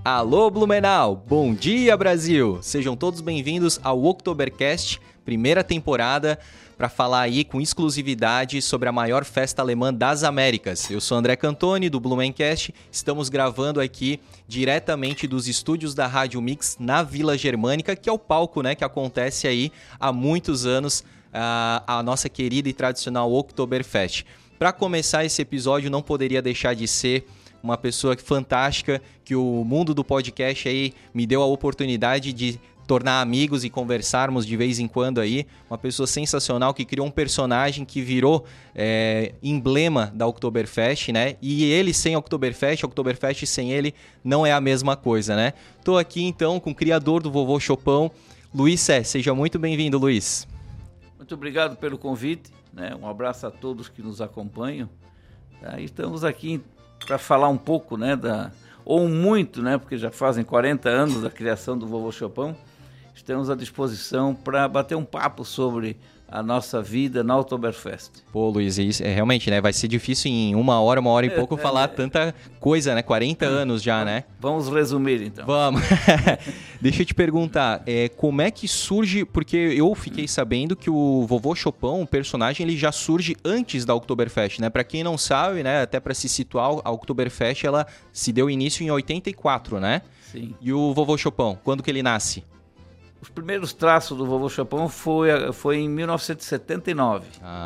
Alô Blumenau, bom dia Brasil! Sejam todos bem-vindos ao Oktoberfest, primeira temporada, para falar aí com exclusividade sobre a maior festa alemã das Américas. Eu sou André Cantoni, do Blumencast, estamos gravando aqui diretamente dos estúdios da Rádio Mix na Vila Germânica, que é o palco, né, que acontece aí há muitos anos, a nossa querida e tradicional Oktoberfest. Para começar esse episódio, não poderia deixar de ser uma pessoa fantástica, que o mundo do podcast aí me deu a oportunidade de tornar amigos e conversarmos de vez em quando aí. Uma pessoa sensacional que criou um personagem que virou emblema da Oktoberfest, né? E ele sem Oktoberfest sem ele não é a mesma coisa, né? Tô aqui então com o criador do Vovô Chopão, Luiz Sé. Seja muito bem-vindo, Luiz. Muito obrigado pelo convite, né? Um abraço a todos que nos acompanham. Estamos aqui para falar um pouco, né, ou muito, né, porque já fazem 40 anos da criação do Vovô Chopão. Estamos à disposição para bater um papo sobre a nossa vida na Oktoberfest. Pô, Luiz, isso realmente, né, vai ser difícil em uma hora e pouco falar tanta coisa, né, 40 anos já, né? Vamos resumir, então. Vamos. Deixa eu te perguntar, como é que surge, porque eu fiquei sabendo que o Vovô Chopão, o personagem, ele já surge antes da Oktoberfest, né? Para quem não sabe, né, até para se situar, a Oktoberfest, ela se deu início em 84, né? Sim. E o Vovô Chopão, quando que ele nasce? Os primeiros traços do Vovô Chopão foi em 1979.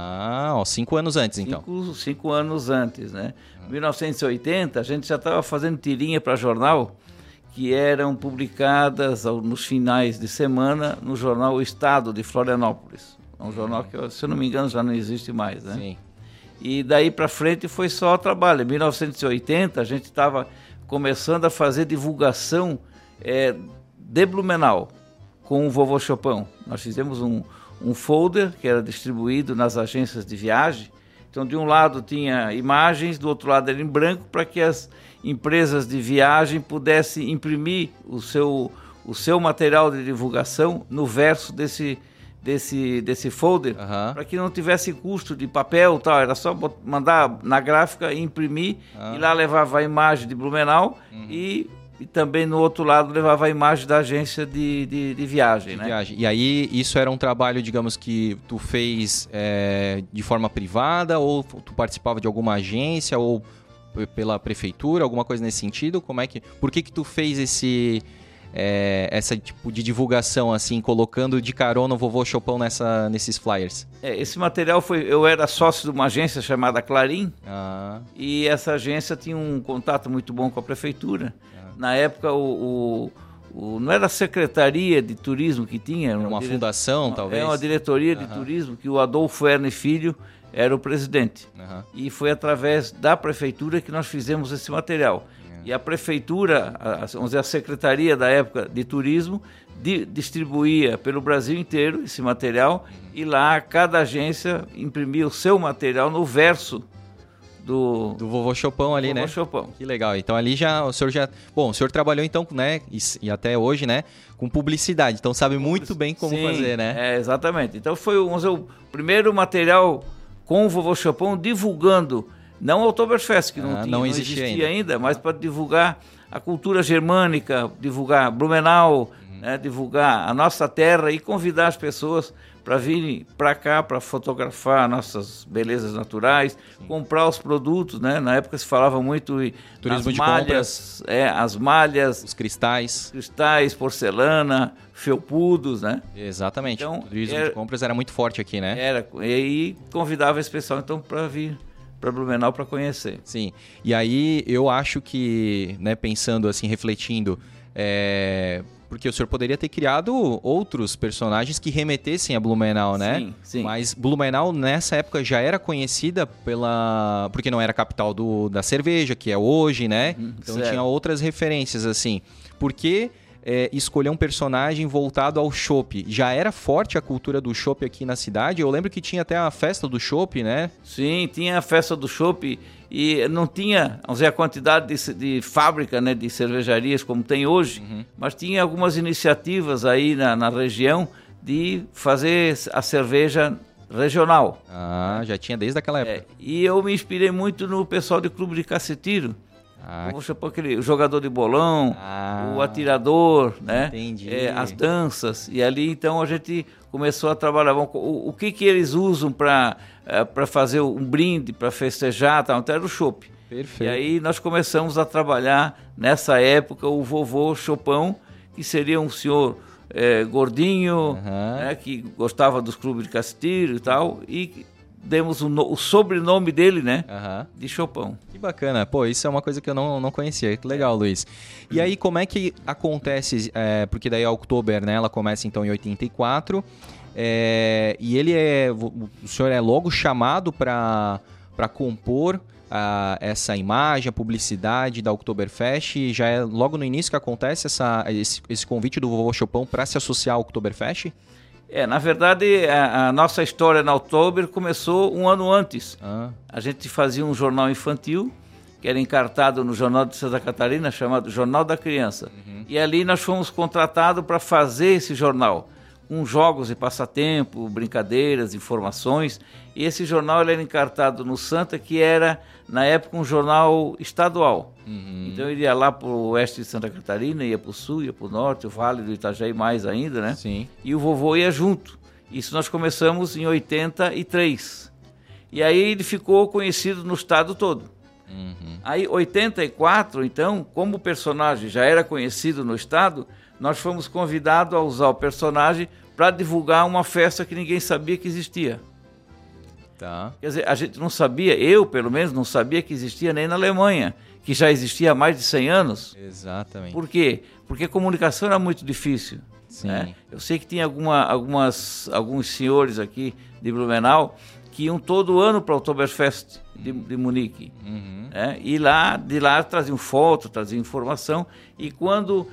5 anos antes, então. 5 anos antes, né? Em 1980, a gente já estava fazendo tirinha para jornal, que eram publicadas nos finais de semana no jornal O Estado de Florianópolis. É um jornal que, se eu não me engano, já não existe mais, né? Sim. E daí para frente foi só trabalho. Em 1980, a gente estava começando a fazer divulgação de Blumenau com o Vovô Chopão. Nós fizemos um folder que era distribuído nas agências de viagem. Então, de um lado tinha imagens, do outro lado era em branco, para que as empresas de viagem pudessem imprimir o seu material de divulgação no verso desse folder, para que não tivesse custo de papel, tal. Era só mandar na gráfica e imprimir, e lá levava a imagem de Blumenau e também no outro lado levava a imagem da agência de viagem, né? E aí isso era um trabalho, digamos, que tu fez de forma privada, ou tu participava de alguma agência, ou pela prefeitura, alguma coisa nesse sentido? Por que tu fez essa tipo de divulgação, assim, colocando de carona o Vovô Chopão nesses flyers? Esse material eu era sócio de uma agência chamada Clarim, e essa agência tinha um contato muito bom com a prefeitura. Na época, não era a Secretaria de Turismo que tinha. Era uma fundação, talvez? Era uma diretoria de turismo, que o Adolfo Erne Filho era o presidente. E foi através da prefeitura que nós fizemos esse material. E a prefeitura, vamos dizer, a Secretaria da época de Turismo, distribuía pelo Brasil inteiro esse material, e lá cada agência imprimia o seu material no verso do Vovô Chopão ali, né? Vovô Chopão. Que legal. Então ali o senhor trabalhou então, né, e até hoje, né, com publicidade. Então sabe muito bem como fazer, né? Exatamente. Então foi, vamos dizer, o primeiro material com o Vovô Chopão divulgando, não o Oktoberfest, que não existia ainda, mas para divulgar a cultura germânica, divulgar Blumenau, né, divulgar a nossa terra e convidar as pessoas para virem para cá para fotografar nossas belezas naturais, comprar os produtos, né? Na época se falava muito turismo de malhas, as malhas, os cristais, porcelana, felpudos, né? Exatamente. Então, o turismo de compras era muito forte aqui, né? E convidava esse pessoal então para vir para Blumenau para conhecer. Sim. E aí eu acho que, né, pensando assim, refletindo, porque o senhor poderia ter criado outros personagens que remetessem a Blumenau, né? Sim. Mas Blumenau, nessa época, já era conhecida porque não era a capital da cerveja, que é hoje, né? Então certo. Tinha outras referências, assim. Por que escolher um personagem voltado ao chopp? Já era forte a cultura do chopp aqui na cidade? Eu lembro que tinha até a festa do chopp, né? Sim, tinha a festa do chopp. E não tinha, vamos dizer, a quantidade de fábrica, né, de cervejarias como tem hoje, mas tinha algumas iniciativas aí na região de fazer a cerveja regional. Já tinha desde aquela época. E eu me inspirei muito no pessoal do Clube de Cacetiro, Vovô Chopin, o jogador de bolão, o atirador, né? Entendi. As danças. E ali, então, a gente começou a trabalhar. O que eles usam para fazer um brinde, para festejar, tal? Então era o chopp. Perfeito. E aí nós começamos a trabalhar, nessa época, o vovô Chopin, que seria um senhor gordinho, né, que gostava dos clubes de Castilho e tal, e demos o sobrenome dele, né, de Chopin. Que bacana. Pô, isso é uma coisa que eu não conhecia. Que legal, Luiz. E aí, como é que acontece, porque daí a Oktober, né, ela começa então em 84, e o senhor é logo chamado para compor essa imagem, a publicidade da Oktoberfest, e já é logo no início que acontece esse convite do vovô Chopin para se associar ao Oktoberfest? Na verdade, a nossa história na Oktober começou um ano antes. A gente fazia um jornal infantil, que era encartado no Jornal de Santa Catarina, chamado Jornal da Criança. E ali nós fomos contratados para fazer esse jornal, com jogos de passatempo, brincadeiras, informações. E esse jornal ele era encartado no Santa, que era, na época, um jornal estadual. Então ele ia lá para o oeste de Santa Catarina, ia para o sul, ia para o norte, o Vale do Itajaí mais ainda, né? Sim. E o vovô ia junto. Isso nós começamos em 83. E aí ele ficou conhecido no estado todo. Aí, 84, então, como o personagem já era conhecido no estado, nós fomos convidados a usar o personagem para divulgar uma festa que ninguém sabia que existia. Tá. Quer dizer, a gente não sabia, eu pelo menos não sabia que existia nem na Alemanha, que já existia há mais de 100 anos. Exatamente. Por quê? Porque a comunicação era muito difícil. Sim. Né? Eu sei que tinha alguns senhores aqui de Blumenau que iam todo ano para o Oktoberfest de Munique. Né? E de lá traziam foto, traziam informação. E quando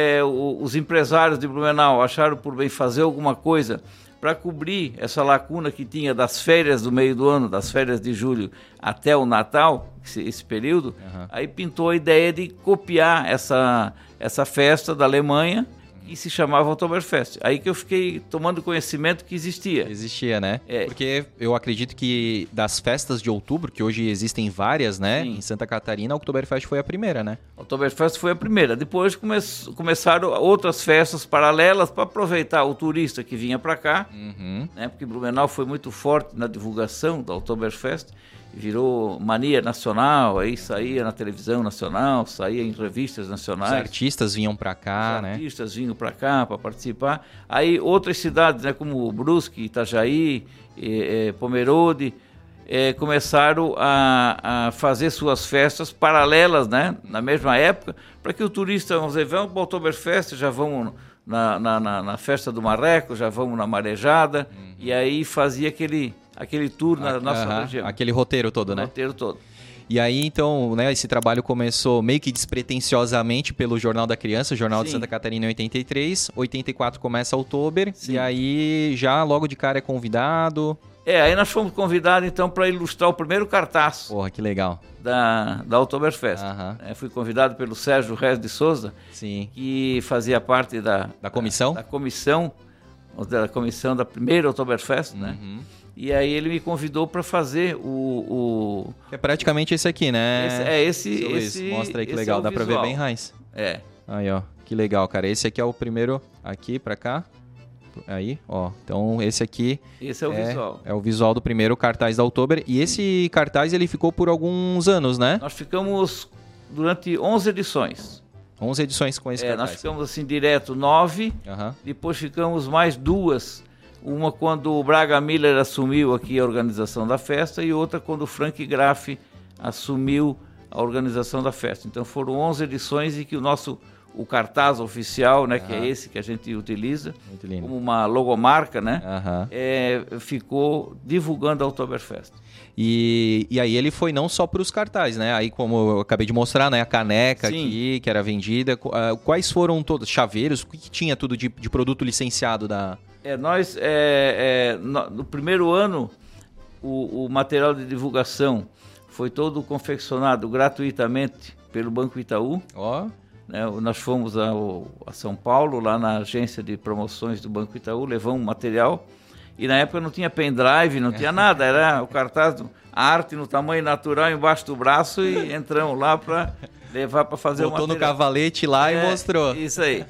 os empresários de Blumenau acharam por bem fazer alguma coisa para cobrir essa lacuna que tinha das férias do meio do ano, das férias de julho até o Natal, esse período, aí pintou a ideia de copiar essa festa da Alemanha, que se chamava Oktoberfest. Aí que eu fiquei tomando conhecimento que existia. Existia, né? Porque eu acredito que das festas de outubro, que hoje existem várias, né? Sim. Em Santa Catarina, a Oktoberfest foi a primeira, né? A Oktoberfest foi a primeira. Depois começaram outras festas paralelas para aproveitar o turista que vinha para cá, né? Porque Blumenau foi muito forte na divulgação da Oktoberfest. Virou mania nacional, aí saía na televisão nacional, saía em revistas nacionais. Os artistas vinham para cá, né? Os artistas vinham para cá para participar. Aí outras cidades, né, como Brusque, Itajaí, Pomerode, começaram a fazer suas festas paralelas, né, na mesma época, para que o turista, vamos dizer, vamos para o Oktoberfest, já vamos na festa do Marreco, já vamos na Marejada, e aí fazia aquele tour na nossa região. Aquele roteiro todo, né? Roteiro todo. E aí, então, né, esse trabalho começou meio que despretensiosamente pelo Jornal da Criança, Jornal de Santa Catarina em 83, 84 começa Oktober, e aí já logo de cara é convidado. Aí nós fomos convidados, então, para ilustrar o primeiro cartaz. Porra, que legal. Da Oktoberfest. Fui convidado pelo Sérgio Reis de Souza, que fazia parte da comissão? Da comissão da primeira Oktoberfest, né? E aí ele me convidou para fazer o... É praticamente esse aqui, né? Esse mostra aí que legal, dá para ver bem, Reis. Aí, ó, que legal, cara. Esse aqui é o primeiro, aqui para cá. Aí, ó, então esse aqui... Esse é o visual. É o visual do primeiro cartaz da Oktober. E esse cartaz, ele ficou por alguns anos, né? Nós ficamos durante 11 edições. 11 edições com esse cartaz. Nós ficamos assim direto 9, depois ficamos mais 2. Uma quando o Braga Miller assumiu aqui a organização da festa e outra quando o Frank Graff assumiu a organização da festa. Então foram 11 edições em que o cartaz oficial, né, que é esse que a gente utiliza, como uma logomarca, né, ficou divulgando a Oktoberfest. E aí ele foi não só para os cartazes, né? Aí como eu acabei de mostrar, né, a caneca aqui que era vendida. Quais foram todos? Chaveiros? O que tinha tudo de produto licenciado da... No primeiro ano, o material de divulgação foi todo confeccionado gratuitamente pelo Banco Itaú. Nós fomos a São Paulo, lá na agência de promoções do Banco Itaú, levamos material E na época não tinha pendrive, não tinha nada, era o cartaz, a arte no tamanho natural embaixo do braço e entramos lá para levar para fazer o material. Botou no cavalete lá e mostrou. Isso aí.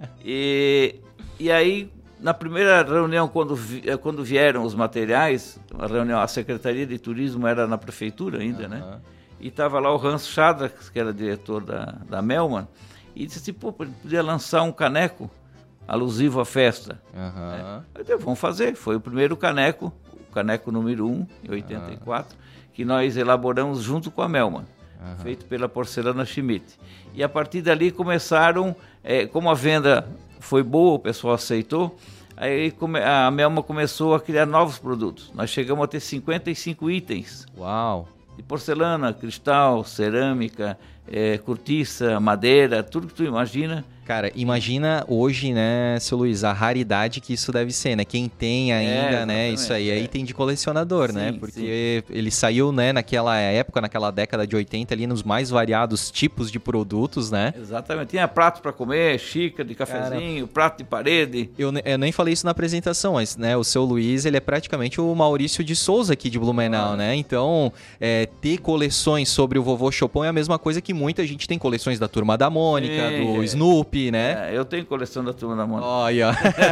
E aí, na primeira reunião, quando vieram os materiais, a Secretaria de Turismo era na prefeitura ainda, né? E estava lá o Hans Schadra, que era diretor da Melman, e disse assim, pô, podia lançar um caneco alusivo à festa. Né? Eu disse, vamos fazer. Foi o primeiro caneco, o caneco número 1, em 84, que nós elaboramos junto com a Melman, feito pela Porcelana Schmidt. E a partir dali começaram, como a venda foi boa, o pessoal aceitou, aí a Melman começou a criar novos produtos. Nós chegamos a ter 55 itens. Uau! De porcelana, cristal, cerâmica, cortiça, madeira, tudo que tu imagina. Cara, imagina hoje, né, seu Luiz, a raridade que isso deve ser, né? Quem tem ainda, né, isso aí é item de colecionador, sim, né? Porque ele saiu, né, naquela época, naquela década de 80 ali, nos mais variados tipos de produtos, né? Exatamente. Tinha prato para comer, xícara de cafezinho, prato de parede. Eu nem falei isso na apresentação, mas, né, o seu Luiz, ele é praticamente o Maurício de Souza aqui de Blumenau, né? Então, ter coleções sobre o vovô Chopin é a mesma coisa que muita gente tem coleções da Turma da Mônica, do Snoopy, né? Eu tenho coleção da Turma da Mônica. Olha.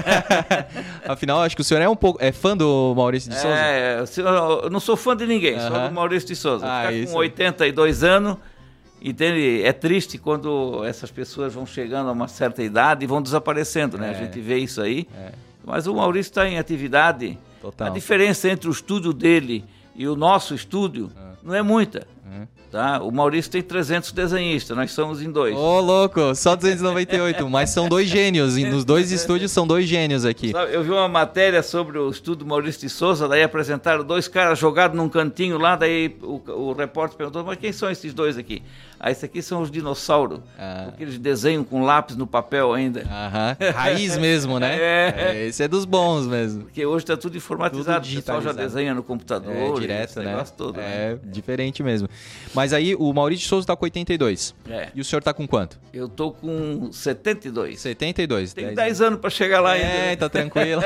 Afinal, acho que o senhor é fã do Maurício de Souza? Eu não sou fã de ninguém, só do Maurício de Souza. Ficar com 82 anos, entende? É triste quando essas pessoas vão chegando a uma certa idade e vão desaparecendo, né? A gente vê isso aí. Mas o Maurício está em atividade. Total. A diferença entre o estúdio dele e o nosso estúdio não é muita. Tá? O Maurício tem 300 desenhistas, nós somos em 2. Ô, louco, só 298, mas são 2 gênios, e nos 2 estúdios são 2 gênios aqui. Sabe, eu vi uma matéria sobre o estúdio Maurício de Souza, daí apresentaram 2 caras jogados num cantinho lá, daí o repórter perguntou, mas quem são esses 2 aqui? Esses aqui são os dinossauros, porque eles desenham com lápis no papel ainda. Raiz mesmo, né? Esse é dos bons mesmo. Porque hoje está tudo informatizado, o pessoal já desenha no computador. Direto, né? Todo, né? Diferente mesmo. Mas aí o Maurício de Souza está com 82. E o senhor está com quanto? Eu estou com 72. 72. Tem 10 anos para chegar lá ainda. Tá tranquilo.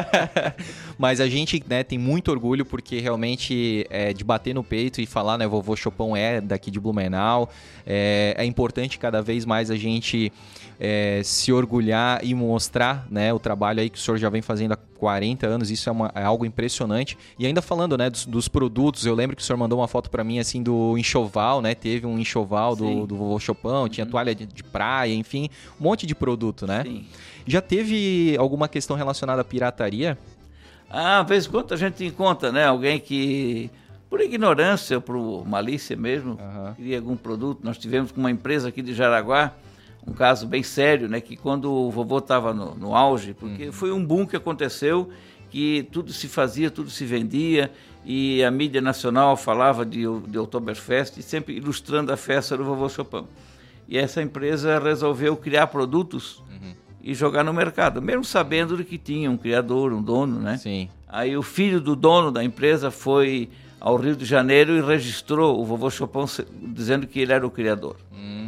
Mas a gente, né, tem muito orgulho porque realmente de bater no peito e falar, né, vovô Chopin é daqui de Blumenau. É importante cada vez mais a gente se orgulhar e mostrar, né, o trabalho aí que o senhor já vem fazendo há 40 anos, isso é algo impressionante. E ainda falando, né, dos produtos, eu lembro que o senhor mandou uma foto para mim, assim, do enxoval, né, teve um enxoval do vovô Chopin, tinha toalha de praia, enfim, um monte de produto, né? Sim. Já teve alguma questão relacionada à pirataria? Às vezes quando a gente encontra, né, alguém que, por ignorância, por malícia mesmo, queria algum produto. Nós tivemos com uma empresa aqui de Jaraguá, um caso bem sério, né, que quando o vovô estava no auge, porque foi um boom que aconteceu, que tudo se fazia, tudo se vendia, e a mídia nacional falava de Oktoberfest, e sempre ilustrando a festa do vovô Chopin. E essa empresa resolveu criar produtos e jogar no mercado, mesmo sabendo que tinha um criador, um dono, né? Sim. Aí o filho do dono da empresa foi ao Rio de Janeiro e registrou o vovô Chopin dizendo que ele era o criador.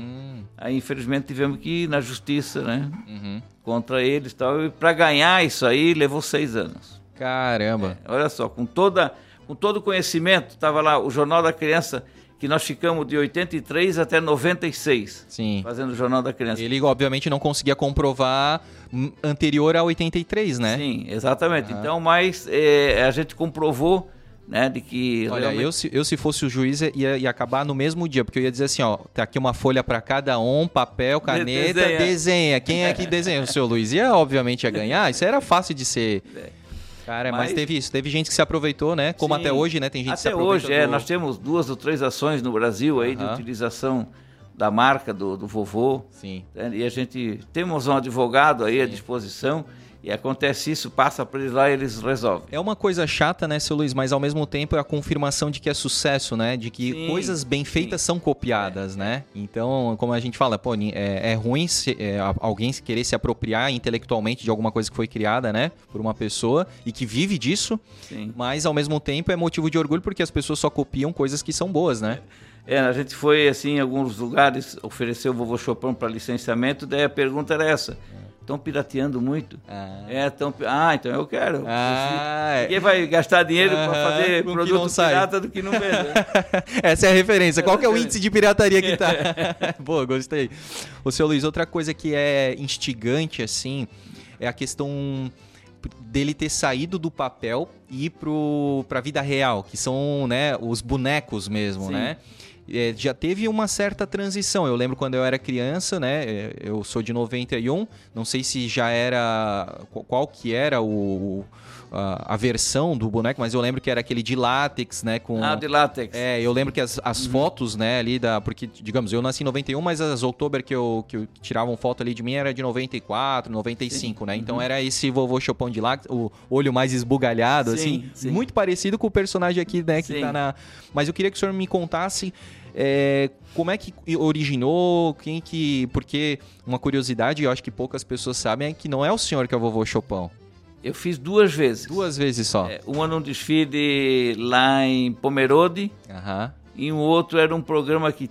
Aí, infelizmente, tivemos que ir na justiça, né? Contra eles e tal. E para ganhar isso aí, levou 6 anos. Caramba! Olha só, com todo o conhecimento, estava lá o Jornal da Criança, que nós ficamos de 83 até 96. Sim. Fazendo o Jornal da Criança. Ele, obviamente, não conseguia comprovar anterior a realmente, né? Sim, exatamente. Então, mas a gente comprovou, né, de que... Olha, realmente... eu se fosse o juiz ia acabar no mesmo dia, porque eu ia dizer assim, ó, tá aqui uma folha para cada um, papel, caneta, desenha. Quem é que desenha? O seu Luiz obviamente ia ganhar, isso era fácil de ser... Cara, mas teve isso, teve gente que se aproveitou, né? Como até hoje, né? Tem gente que se aproveita. Até hoje, nós temos 2 ou 3 ações no Brasil aí de utilização da marca do vovô. Sim. E a gente temos um advogado aí à disposição. E acontece isso, passa para eles lá e eles resolvem. É uma coisa chata, né, seu Luiz? Mas ao mesmo tempo é a confirmação de que é sucesso, né? De que coisas bem feitas são copiadas, né? Então, como a gente fala, pô, é ruim alguém querer se apropriar intelectualmente de alguma coisa que foi criada, né? Por uma pessoa e que vive disso. Sim. Mas ao mesmo tempo é motivo de orgulho porque as pessoas só copiam coisas que são boas, né? A gente foi, assim, em alguns lugares, ofereceu o vovô Chopin para licenciamento, daí a pergunta era essa. estão pirateando muito. Então eu quero. Ah, Ninguém vai gastar dinheiro para fazer produto pirata do que não vende. Essa é a referência. Qual que é o índice de pirataria que tá? Boa, gostei. Ô, seu Luiz, outra coisa que é instigante, assim, é a questão dele ter saído do papel e ir pra vida real, que são, né, os bonecos mesmo, Sim. né? Já teve uma certa transição. Eu lembro quando eu era criança, né? Eu sou de 91, não sei se já era... Qual que era a versão do boneco, mas eu lembro que era aquele de látex, né? De látex. Eu lembro que as fotos, né, ali porque, digamos, eu nasci em 91, mas as Oktober que tiravam foto ali de mim era de 94, 95, Sim. né? Então era esse vovô Chopin de látex, o olho mais esbugalhado, assim. Sim. Muito parecido com o personagem aqui, né, que tá na... Mas eu queria que o senhor me contasse... como é que originou, porque uma curiosidade, eu acho que poucas pessoas sabem, é que não é o senhor que é o vovô Chopin. Eu fiz 2 vezes. 2 vezes só? Uma num desfile lá em Pomerode, e um outro era um programa que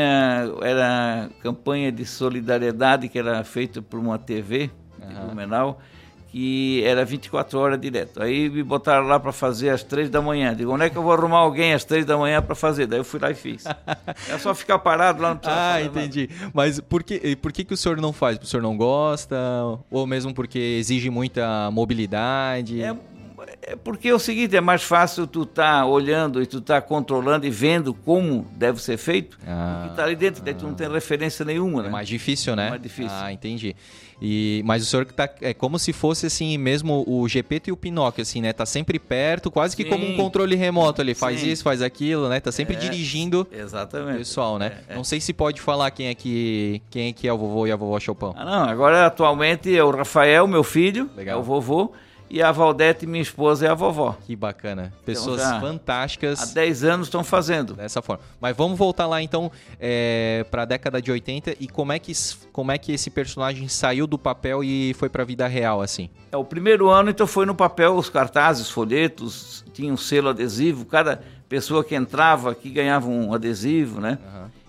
era campanha de solidariedade, que era feito por uma TV de Blumenau, que era 24 horas direto. Aí me botaram lá para fazer às 3 da manhã. Digo, onde é que eu vou arrumar alguém às 3 da manhã para fazer? Daí eu fui lá e fiz. É só ficar parado lá, não precisa fazer entendi. Nada. Mas por que o senhor não faz? O senhor não gosta? Ou mesmo porque exige muita mobilidade? É porque é o seguinte, é mais fácil tu tá olhando e tu tá controlando e vendo como deve ser feito, do que tá ali dentro, daí tu não tem referência nenhuma, né? É mais difícil, né? É mais difícil. Entendi. Mas o senhor tá, é como se fosse assim, mesmo o Gepeto e o Pinóquio, assim, né? Tá sempre perto, quase que Sim. como um controle remoto ali, faz Sim. isso, faz aquilo, né? Tá sempre dirigindo exatamente. o pessoal, né? Não sei se pode falar quem é que é o vovô e a vovó Chopin. Não, agora atualmente é o Rafael, meu filho, Legal. É o vovô. E a Valdete, minha esposa, é a vovó. Que bacana. Pessoas fantásticas. Há 10 anos estão fazendo. Dessa forma. Mas vamos voltar lá, então, para a década de 80 e como é que esse personagem saiu do papel e foi para a vida real, assim? O primeiro ano, então, foi no papel, os cartazes, folhetos, tinha um selo adesivo, cada pessoa que entrava aqui ganhava um adesivo, né?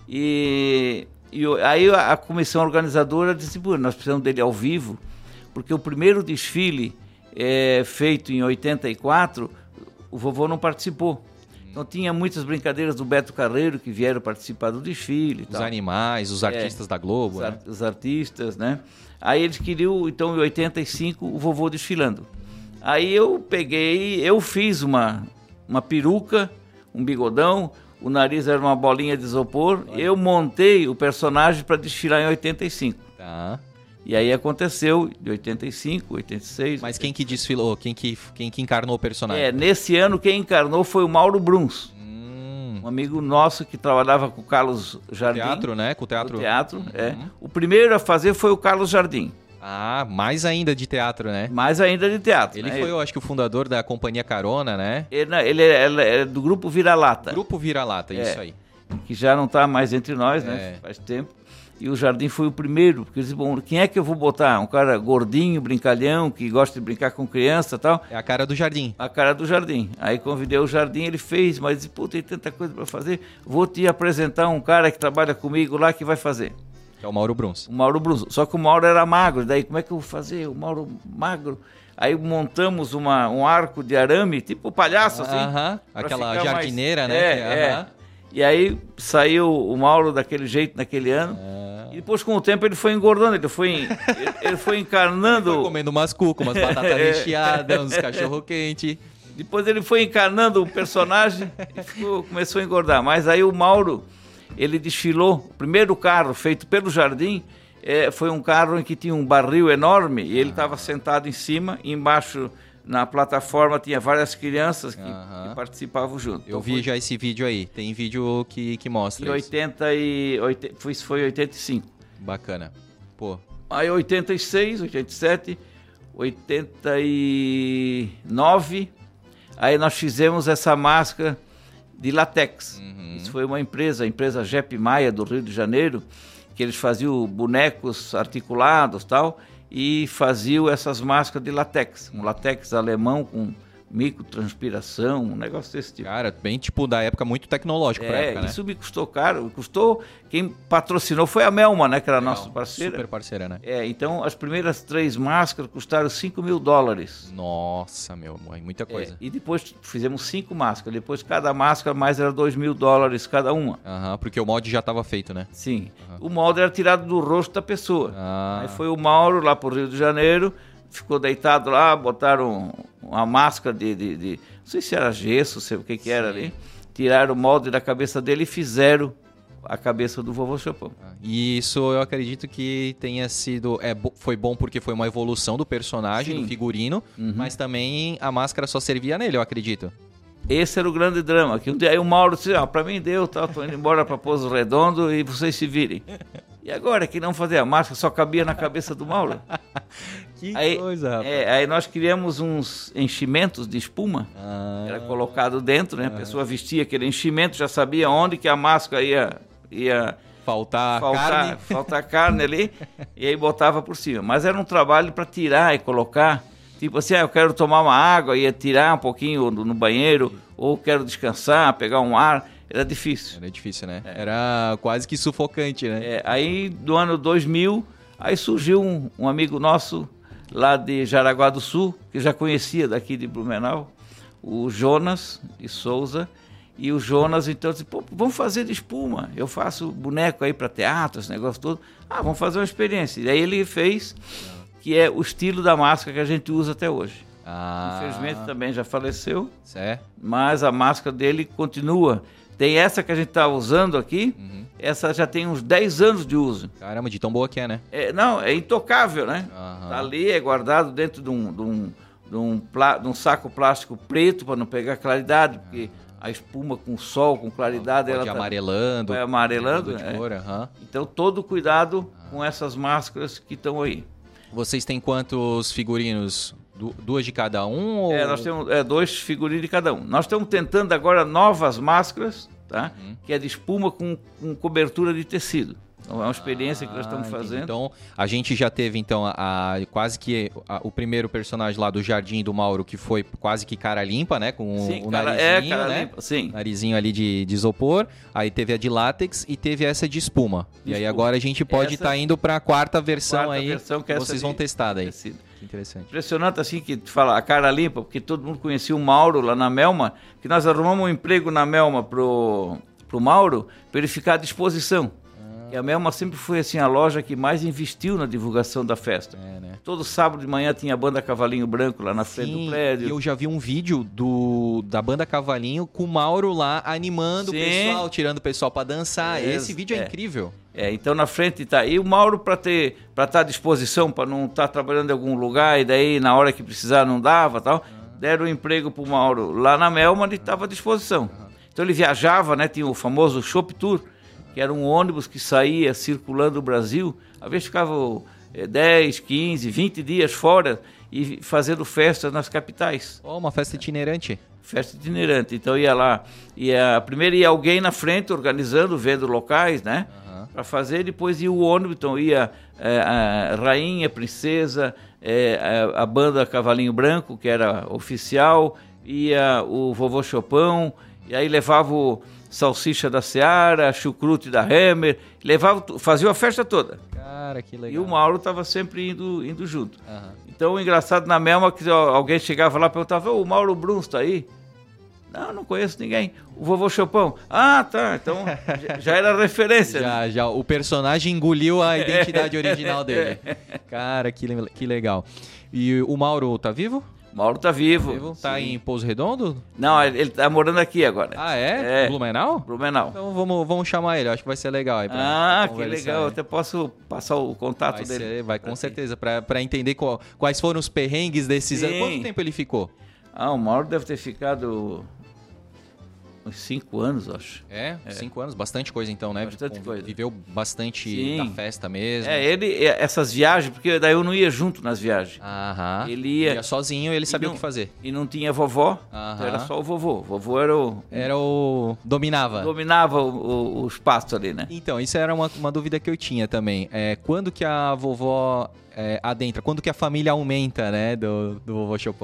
E aí a comissão organizadora disse, nós precisamos dele ao vivo, porque o primeiro desfile... feito em 84, o vovô não participou. Então tinha muitas brincadeiras do Beto Carreiro que vieram participar do desfile. Os animais, os artistas da Globo, né? Os artistas, né? Aí eles queriam, então em 85, o vovô desfilando. Aí eu fiz uma peruca, um bigodão, o nariz era uma bolinha de isopor, eu montei o personagem para desfilar em 85. Tá. E aí aconteceu de 85, 86... Mas quem que desfilou? Quem que encarnou o personagem? Nesse ano quem encarnou foi o Mauro Bruns. Um amigo nosso que trabalhava com o Carlos Jardim. Teatro, né? Com o teatro. O primeiro a fazer foi o Carlos Jardim. Mais ainda de teatro, né? Mais ainda de teatro. Ele foi, eu acho que o fundador da Companhia Carona, né? Ele é do Grupo Vira-Lata. Grupo Vira-Lata, isso aí. Que já não está mais entre nós, né? Faz tempo. E o Jardim foi o primeiro, porque eles disseram, quem é que eu vou botar? Um cara gordinho, brincalhão, que gosta de brincar com criança e tal. É a cara do Jardim. A cara do Jardim. Aí convidei o Jardim, ele fez, mas disse, tem tanta coisa para fazer, vou te apresentar um cara que trabalha comigo lá que vai fazer. Que é o Mauro Bruns. O Mauro Bruns. Só que o Mauro era magro, daí como é que eu vou fazer? O Mauro magro. Aí montamos um arco de arame, tipo palhaço, assim. Aquela jardineira, né? E aí saiu o Mauro daquele jeito naquele ano. E depois, com o tempo, ele foi engordando, ele foi encarnando... Foi comendo umas cucas, umas batatas recheadas, uns cachorro-quente. Depois ele foi encarnando o personagem e começou a engordar. Mas aí o Mauro, ele desfilou. O primeiro carro feito pelo Jardim foi um carro em que tinha um barril enorme e ele estava sentado em cima e embaixo... Na plataforma tinha várias crianças que participavam junto. Eu vi já esse vídeo aí. Tem vídeo que mostra isso. Isso foi 85. Bacana. Pô. Aí 86, 87, 89. Aí nós fizemos essa máscara de látex. Isso foi uma empresa, a empresa Jep Maia do Rio de Janeiro, que eles faziam bonecos articulados e tal. E faziam essas máscaras de látex, um látex alemão com microtranspiração, um negócio desse tipo. Cara, bem tipo da época, muito tecnológico pra época, né? Isso me custou caro. Quem patrocinou foi a Melma, né? Que era a nossa parceira. Super parceira, né? Então as primeiras 3 máscaras custaram $5.000. Nossa, meu, muita coisa. E depois fizemos 5 máscaras. Depois cada máscara mais era $2.000 cada uma. Porque o molde já estava feito, né? Sim. O molde era tirado do rosto da pessoa. Aí foi o Mauro lá pro Rio de Janeiro, ficou deitado lá, botaram uma máscara de não sei se era gesso, sei o que era ali. Tiraram o molde da cabeça dele e fizeram a cabeça do Vovô Chopin. E isso eu acredito que tenha sido... foi bom porque foi uma evolução do personagem, do figurino, mas também a máscara só servia nele, eu acredito. Esse era o grande drama, que um dia aí o Mauro disse, pra mim deu, tô indo embora pra Pouso Redondo e vocês se virem. E agora que não fazer a máscara, só cabia na cabeça do Mauro. Que coisa, rapaz. Aí nós criamos uns enchimentos de espuma, era colocado dentro, né? A pessoa vestia aquele enchimento, já sabia onde que a máscara ia faltar carne ali, e aí botava por cima. Mas era um trabalho para tirar e colocar, tipo assim, eu quero tomar uma água, ia tirar um pouquinho no banheiro, ou quero descansar, pegar um ar. Era difícil. Era difícil, né? Era quase que sufocante, né? Aí, no ano 2000, aí surgiu um amigo nosso, lá de Jaraguá do Sul, que já conhecia daqui de Blumenau, o Jonas de Souza. E o Jonas, então, disse, vamos fazer de espuma. Eu faço boneco aí para teatro, esse negócio todo. Vamos fazer uma experiência. E aí ele fez, que é o estilo da máscara que a gente usa até hoje. Infelizmente também já faleceu, mas a máscara dele continua. Tem essa que a gente está usando aqui, essa já tem uns 10 anos de uso. Caramba, de tão boa que é, né? Não, é intocável, né? Tá ali, é guardado dentro de um saco plástico preto para não pegar claridade, porque a espuma com sol, com claridade, ela amarelando. Vai amarelando, de cor, Então todo cuidado com essas máscaras que estão aí. Vocês têm quantos figurinos? 2 de cada um? Ou... nós temos 2 figurinos de cada um. Nós estamos tentando agora novas máscaras, tá? Que é de espuma com cobertura de tecido. Então, é uma experiência que nós estamos fazendo. Então, a gente já teve, então, quase que o primeiro personagem lá do Jardim do Mauro, que foi quase que cara limpa, né? Com o narizinho, cara né? limpa, sim. Narizinho ali de isopor. Aí teve a de látex e teve essa de espuma. E aí agora a gente pode estar indo para a quarta versão que vocês vão testar daí. Tecido. Que interessante. Impressionante assim que tu fala a cara limpa, porque todo mundo conhecia o Mauro lá na Melma, que nós arrumamos um emprego na Melma pro Mauro, para ele ficar à disposição. E a Melma sempre foi assim a loja que mais investiu na divulgação da festa. Né? Todo sábado de manhã tinha a banda Cavalinho Branco lá na frente do prédio. E eu já vi um vídeo da banda Cavalinho com o Mauro lá animando o pessoal, tirando o pessoal para dançar. Esse vídeo é incrível. Então na frente tá. E o Mauro para estar à disposição, para não estar trabalhando em algum lugar e daí na hora que precisar não dava, tal. Deram um emprego pro Mauro lá na Melma, ele estava à disposição. Então ele viajava, né? Tinha o famoso Shop Tour, que era um ônibus que saía circulando o Brasil. Às vezes ficava 10, 15, 20 dias fora e fazendo festas nas capitais. Uma festa itinerante. Festa itinerante. Então ia lá, primeiro ia alguém na frente organizando, vendo locais, né? Para fazer, depois ia o ônibus, então ia a rainha, princesa, a banda Cavalinho Branco, que era oficial, ia o Vovô Chopin, e aí levava o salsicha da Seara, chucrute da Hammer, fazia a festa toda. Cara, que legal. E o Mauro estava sempre indo junto. Então o engraçado na Melma que alguém chegava lá e perguntava, o Mauro Bruns está aí? Não conheço ninguém. O Vovô Chopin. Tá. Então já era referência. Já. O personagem engoliu a identidade original dele. Cara, que legal. E o Mauro tá vivo? O Mauro tá vivo. Tá em Pouso Redondo? Não, ele tá morando aqui agora. É? Blumenau? Blumenau. Então vamos chamar ele. Acho que vai ser legal aí que legal. Eu até posso passar o contato dele. Vai com certeza. Para entender quais foram os perrengues desses anos. Quanto tempo ele ficou? O Mauro deve ter ficado uns 5 anos, acho. 5 anos, bastante coisa então, né? Bastante coisa. Viveu bastante da festa mesmo. Essas viagens, porque daí eu não ia junto nas viagens. Ele ia sozinho e ele sabia o que fazer. E não tinha vovó, era só o vovô. O vovô dominava. Dominava o espaço ali, né? Então, isso era uma dúvida que eu tinha também. Quando que a vovó adentra? Quando que a família aumenta, né, do Vovô Chopin?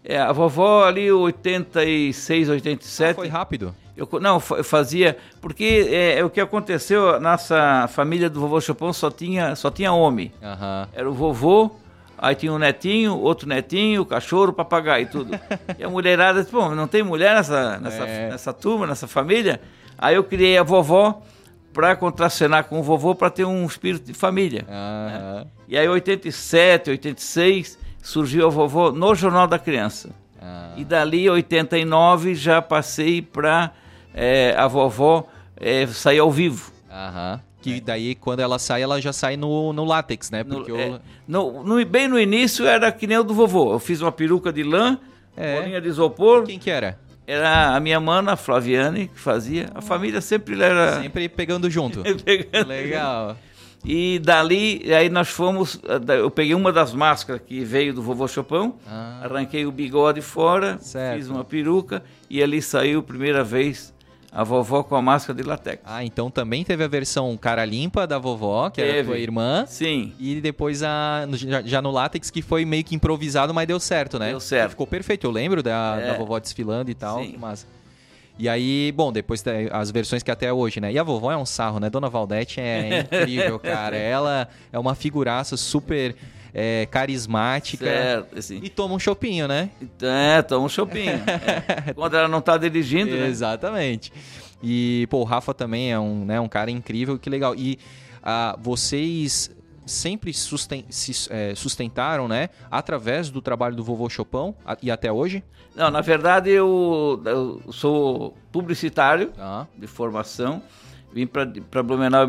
A vovó ali, 86, 87... Foi rápido. Eu fazia... Porque o que aconteceu, nossa família do vovô Chopin só tinha homem. Uhum. Era o vovô, aí tinha um netinho, outro netinho, cachorro, papagaio e tudo. E a mulherada disse, bom, não tem mulher nessa turma, nessa família? Aí eu criei a vovó para contracenar com o vovô, para ter um espírito de família. Né? E aí, 87, 86, surgiu a vovó no Jornal da Criança. E dali, 89, já passei para a vovó sair ao vivo. Que daí, quando ela sai, ela já sai no látex, né? Porque bem no início era que nem o do vovô. Eu fiz uma peruca de lã, bolinha de isopor. Quem que era? Era a minha mana, a Flaviane, que fazia. A família sempre era... Sempre pegando junto. Legal. E dali, aí nós fomos... Eu peguei uma das máscaras que veio do vovô Chopin, arranquei o bigode fora, fiz uma peruca e ali saiu a primeira vez a vovó com a máscara de latex. Então também teve a versão cara limpa da vovó, que era a tua irmã. Sim. E depois já no látex, que foi meio que improvisado, mas deu certo, né? Deu certo. Ficou perfeito. Eu lembro da vovó desfilando e tal. Sim. Mas... E aí, bom, depois as versões que até hoje, né? E a vovó é um sarro, né? Dona Valdete é incrível, cara. Ela é uma figuraça super... carismática. Certo, assim. E toma um chopinho, né? Toma um chopinho. Quando ela não tá dirigindo, né? Exatamente. E, pô, o Rafa também é um cara incrível, que legal. E vocês sempre sustentaram, né? Através do trabalho do vovô Chopin e até hoje? Não, na verdade eu sou publicitário de formação. Vim para Blumenau em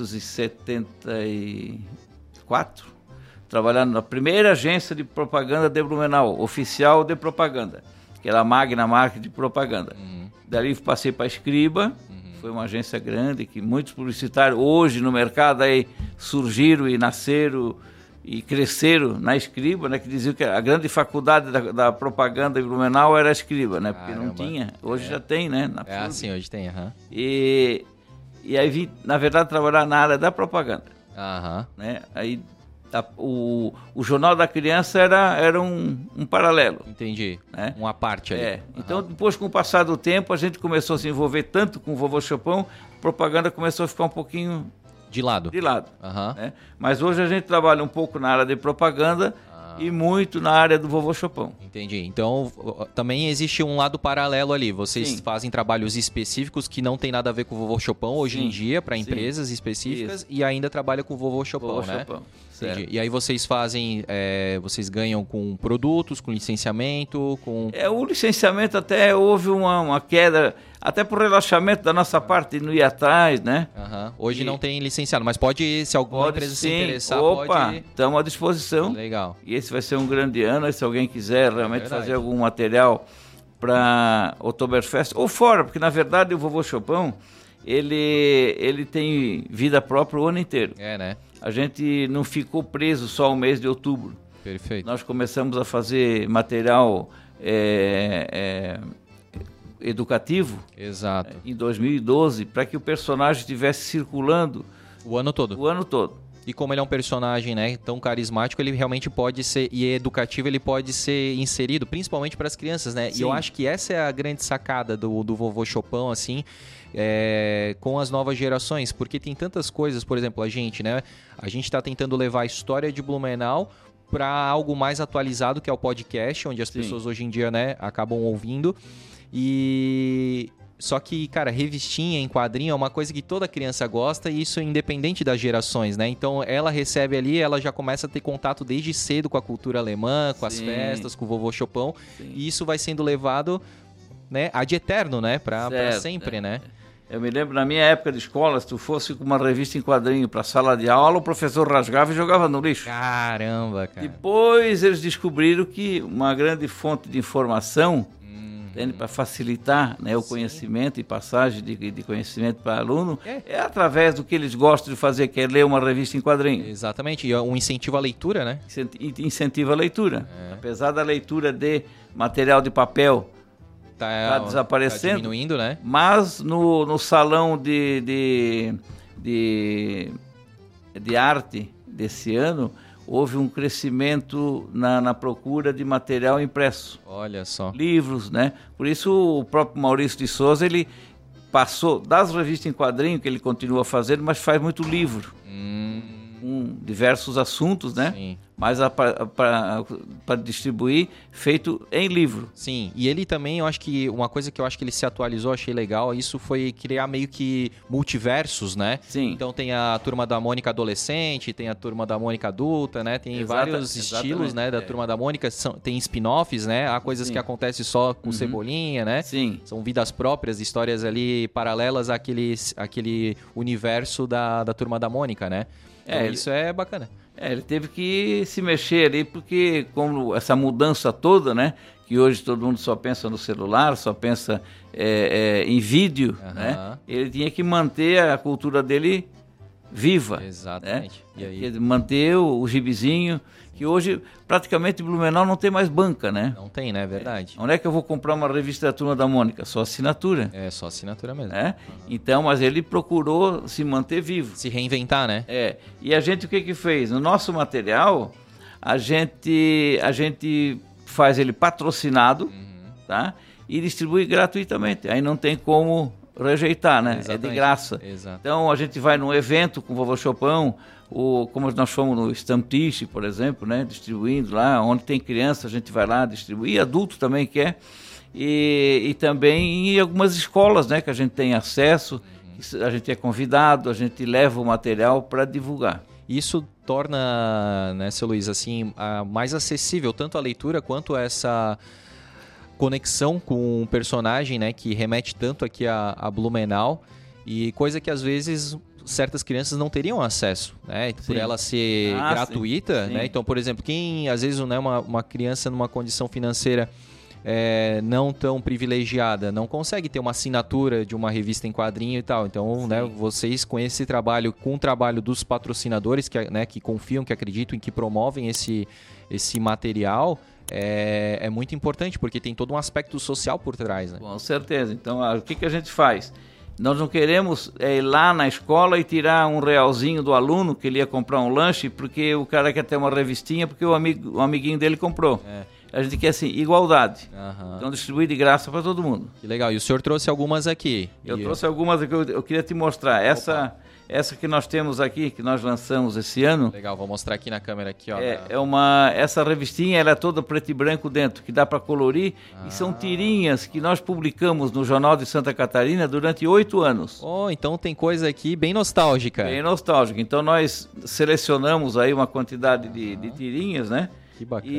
1974. Trabalhando na primeira agência de propaganda de Blumenau, oficial de propaganda, que era a Magna Marca de propaganda. Dali passei para a Escriba, foi uma agência grande, que muitos publicitários hoje no mercado aí surgiram e nasceram e cresceram na Escriba, né, que diziam que a grande faculdade da propaganda de Blumenau era a Escriba, né, porque não tinha, hoje já tem, né? Sim, hoje tem, E aí vim, na verdade, trabalhar na área da propaganda. Né? Aí o Jornal da Criança era um paralelo. Entendi. Né? Uma parte ali. Então, depois, com o passar do tempo, a gente começou a se envolver tanto com o vovô Chopin, a propaganda começou a ficar um pouquinho de lado. Né? Mas hoje a gente trabalha um pouco na área de propaganda e muito na área do vovô Chopin. Entendi. Então, também existe um lado paralelo ali. Vocês fazem trabalhos específicos que não tem nada a ver com o vovô Chopin hoje em dia, para empresas específicas, e ainda trabalha com o vovô Chopin, né? Entendi. E aí vocês fazem, vocês ganham com produtos, com licenciamento, com... O licenciamento até houve uma queda, até por relaxamento da nossa parte, não ir atrás, né? Hoje não tem licenciado, mas se alguma empresa se interessar, pode... Estamos à disposição. Legal. E esse vai ser um grande ano, se alguém quiser realmente fazer algum material para Oktoberfest, ou fora, porque na verdade o vovô Chopin, ele tem vida própria o ano inteiro. Né? A gente não ficou preso só o mês de outubro. Perfeito. Nós começamos a fazer material educativo. Exato. Em 2012, para que o personagem estivesse circulando o ano todo. E como ele é um personagem, né, tão carismático, ele realmente pode ser, e educativo, ele pode ser inserido, principalmente para as crianças, né? Sim. E eu acho que essa é a grande sacada do vovô Chopin, assim, com as novas gerações, porque tem tantas coisas, por exemplo, a gente está tentando levar a história de Blumenau para algo mais atualizado, que é o podcast, onde as pessoas hoje em dia, né, acabam ouvindo. Só que, cara, revistinha em quadrinho é uma coisa que toda criança gosta, e isso é independente das gerações, né? Então ela recebe ali, ela já começa a ter contato desde cedo com a cultura alemã, com as festas, com o vovô Chopin, e isso vai sendo levado, né, ad eterno, né? Pra sempre, né? Eu me lembro, na minha época de escola, se tu fosse com uma revista em quadrinho para sala de aula, o professor rasgava e jogava no lixo. Caramba, cara. Depois eles descobriram que uma grande fonte de informação, para facilitar, né, o conhecimento e passagem de conhecimento para aluno, é através do que eles gostam de fazer, que é ler uma revista em quadrinho. Exatamente, e um incentivo à leitura, né? Incentiva a leitura. Apesar da leitura de material de papel tá desaparecendo, tá diminuindo, né? Mas no salão de arte desse ano, houve um crescimento na procura de material impresso. Olha só. Livros, né? Por isso o próprio Maurício de Souza, ele passou das revistas em quadrinho, que ele continua fazendo, mas faz muito livro. Com diversos assuntos, né? Sim. Mas para distribuir, feito em livro. Sim, e ele também, eu acho que uma coisa que eu acho que ele se atualizou, achei legal, isso foi criar meio que multiversos, né? Sim. Então tem a Turma da Mônica adolescente, tem a Turma da Mônica adulta, né? Tem vários estilos, né, da Turma da Mônica, tem spin-offs, né? Há coisas que acontecem só com Cebolinha, né? Sim. São vidas próprias, histórias ali paralelas àquele universo da Turma da Mônica, né? Então, isso é bacana. Ele teve que se mexer ali, porque como essa mudança toda, né? Que hoje todo mundo só pensa no celular, só pensa em vídeo, né? Ele tinha que manter a cultura dele viva. Exatamente. Né? E aí? Manter o gibizinho, que hoje praticamente Blumenau não tem mais banca, né? Não tem, né? Verdade. Onde é que eu vou comprar uma revista da Turma da Mônica? Só assinatura. É, só assinatura mesmo. Então, mas ele procurou se manter vivo. Se reinventar, né? E a gente o que fez? No nosso material, a gente faz ele patrocinado, tá? E distribui gratuitamente. Aí não tem como rejeitar, né? Exatamente. É de graça. Exato. Então a gente vai num evento com o Vovô Chopin, como nós fomos no Stamptiche, por exemplo, né? Distribuindo lá, onde tem criança a gente vai lá distribuir, e adulto também quer, e também em algumas escolas, né? Que a gente tem acesso, a gente é convidado, a gente leva o material para divulgar. Isso torna, né, seu Luiz, assim, mais acessível tanto a leitura quanto essa conexão com um personagem, né, que remete tanto aqui a Blumenau, e coisa que às vezes certas crianças não teriam acesso, né, por ela ser gratuita, né? Então, por exemplo, quem às vezes, né, uma criança numa condição financeira não tão privilegiada, não consegue ter uma assinatura de uma revista em quadrinho e tal. Então, né, vocês com esse trabalho, com o trabalho dos patrocinadores que confiam, que acreditam e que promovem esse material, é muito importante, porque tem todo um aspecto social por trás, né? Com certeza. Então, o que a gente faz? Nós não queremos ir lá na escola e tirar um realzinho do aluno que ele ia comprar um lanche porque o cara quer ter uma revistinha porque o amiguinho dele comprou. A gente quer, assim, igualdade. Então, distribuir de graça para todo mundo. Que legal. E o senhor trouxe algumas aqui. Eu trouxe algumas aqui, eu queria te mostrar. Essa que nós temos aqui, que nós lançamos esse ano. Legal, vou mostrar aqui na câmera. Aqui, ó, essa revistinha, ela é toda preto e branco dentro, que dá para colorir. E são tirinhas que nós publicamos no Jornal de Santa Catarina durante 8 anos. Então tem coisa aqui bem nostálgica. Bem nostálgica. Então nós selecionamos aí uma quantidade de tirinhas, né? Que bacana.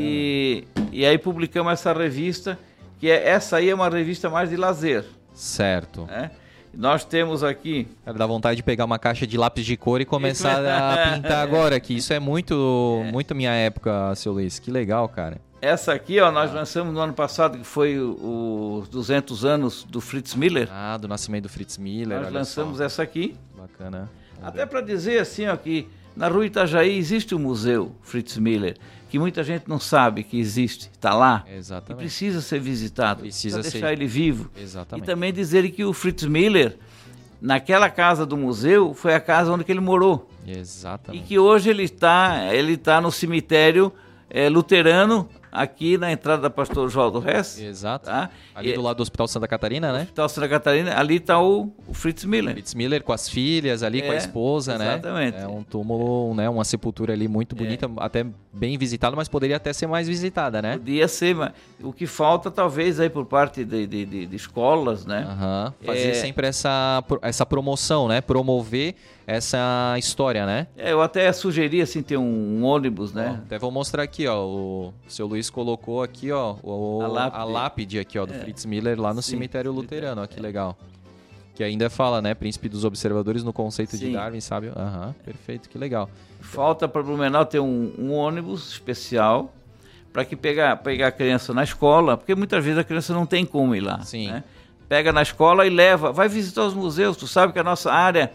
E aí publicamos essa revista, que essa aí é uma revista mais de lazer. Certo. Né? Nós temos aqui... Cara, dá vontade de pegar uma caixa de lápis de cor e começar a pintar agora, que isso é muito minha época, seu Luiz. Que legal, cara. Essa aqui, ó, nós lançamos no ano passado, que foi os 200 anos do Fritz Miller. Do nascimento do Fritz Miller. Nós lançamos essa aqui. Bacana. Até para dizer assim, ó, que na Rua Itajaí existe um museu Fritz Miller, que muita gente não sabe que existe, está lá. Exatamente. E precisa ser visitado, precisa deixar ele vivo. Exatamente. E também dizer que o Fritz Miller, naquela casa do museu, foi a casa onde ele morou. Exatamente. E que hoje ele tá no cemitério luterano, aqui na entrada da Pastor Oswaldo Hess. Exato. Tá? Ali do lado do Hospital Santa Catarina, né? Hospital Santa Catarina, ali está o Fritz Miller. Fritz Miller com as filhas ali, com a esposa, exatamente. né? É um túmulo, né? Uma sepultura ali muito bonita, até bem visitada, mas poderia até ser mais visitada, né? Podia ser, mas o que falta talvez aí por parte de escolas, né? Fazer sempre essa promoção, né? Promover essa história, né? Eu até sugeri, assim, ter um ônibus, né? Até vou mostrar aqui, ó, o seu Luiz colocou aqui, ó, a lápide aqui, ó, do Fritz Miller lá no cemitério luterano, ó, que legal. Que ainda fala, né, Príncipe dos Observadores no conceito de Darwin, sabe? Perfeito, que legal. Falta para Blumenau ter um ônibus especial para que pegar a criança na escola, porque muitas vezes a criança não tem como ir lá. Sim. Né? Pega na escola e leva, vai visitar os museus. Tu sabe que a nossa área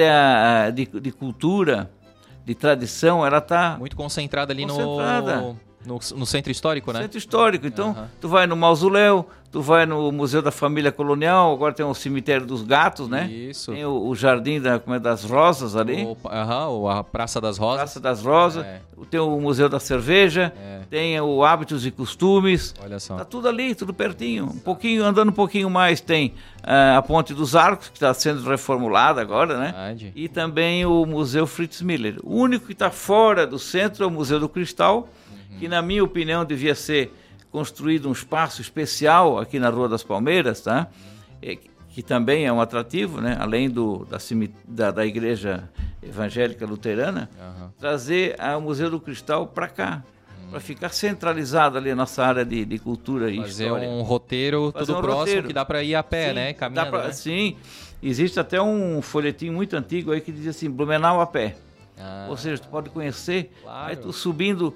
de cultura, de tradição, ela está muito concentrada ali No centro histórico, né? Centro histórico. Então, tu vai no mausoléu, tu vai no Museu da Família Colonial, agora tem o Cemitério dos Gatos, né? Isso. Tem o Jardim das Rosas ali. A Praça das Rosas. Praça das Rosas. Tem o Museu da Cerveja, tem o Hábitos e Costumes. Olha só. Tá tudo ali, tudo pertinho. Andando um pouquinho mais, tem a Ponte dos Arcos, que está sendo reformulada agora, né? Verdade. E também o Museu Fritz Miller. O único que está fora do centro é o Museu do Cristal, que na minha opinião devia ser construído um espaço especial aqui na Rua das Palmeiras, tá? Que também é um atrativo, né? Além da Igreja Evangélica Luterana, trazer o Museu do Cristal para cá, para ficar centralizado ali a nossa área de cultura e história. Fazer um roteiro tudo próximo que dá para ir a pé, né? Caminhando, né? Sim, existe até um folhetim muito antigo aí que diz assim, Blumenau a pé. Ou seja, tu pode conhecer, aí tu subindo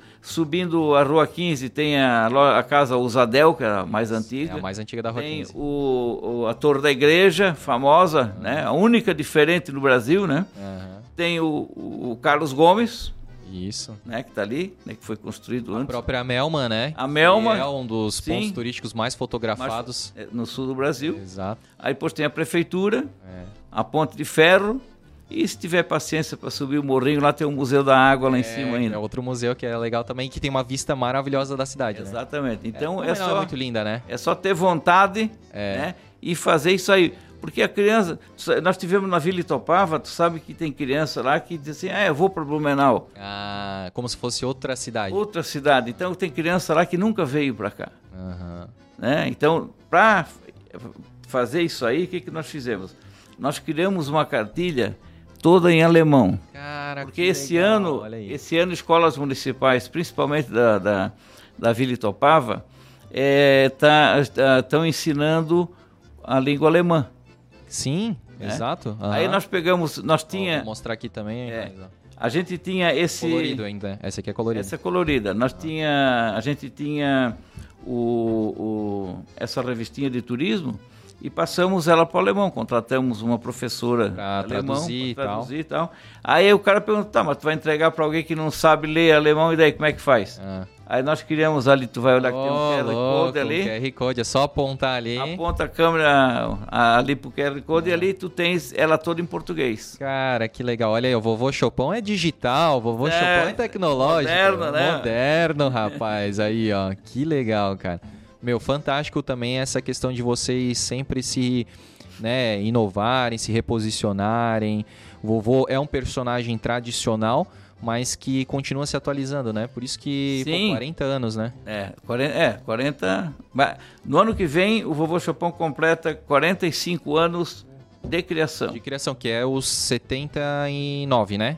a Rua 15, tem a casa Usadel, que é a mais antiga. É a mais antiga da Rua 15. Tem a Torre da Igreja, famosa, né? A única diferente no Brasil, né? Tem o Carlos Gomes. Isso. Né, que está ali, né, que foi construído antes. A própria Melman, né? A Melman. Que é um dos pontos turísticos mais fotografados. No sul do Brasil. Exato. Aí depois tem a prefeitura, a Ponte de Ferro. E se tiver paciência para subir o morrinho, lá tem o Museu da Água lá em cima ainda. É outro museu que é legal também, que tem uma vista maravilhosa da cidade. Exatamente. Né? Então é muito linda, né? É só ter vontade, né, e fazer isso aí. Porque a criança, nós tivemos na Vila Itopava, tu sabe que tem criança lá que diz assim, eu vou para Blumenau. Como se fosse outra cidade. Outra cidade. Então tem criança lá que nunca veio para cá. Né? Então, para fazer isso aí, o que nós fizemos? Nós criamos uma cartilha toda em alemão. Cara, porque esse ano escolas municipais, principalmente da Vila Itopava, estão ensinando a língua alemã. Sim, exato. Aí nós vou mostrar aqui também. A gente tinha esse... Colorido ainda, essa aqui é colorida. Essa é colorida. A gente tinha essa revistinha de turismo, e passamos ela para o alemão, contratamos uma professora para traduzir e tal. Aí o cara perguntou, mas tu vai entregar para alguém que não sabe ler alemão, e daí como é que faz? Aí nós criamos ali, tu vai olhar que tem um QR Code ali. QR Code, é só apontar ali. Aponta a câmera ali pro QR Code e ali tu tens ela toda em português. Cara, que legal. Olha aí, o Vovô Chopin é digital, o Vovô Chopin é tecnológico. Moderno, né? Moderno, rapaz. Aí, ó, que legal, cara. Meu, fantástico também essa questão de vocês sempre se inovarem, se reposicionarem. O vovô é um personagem tradicional, mas que continua se atualizando, né? Por isso que 40 anos, né? 40. No ano que vem, o Vovô Chopin completa 45 anos de criação. De criação, que é os 79, né?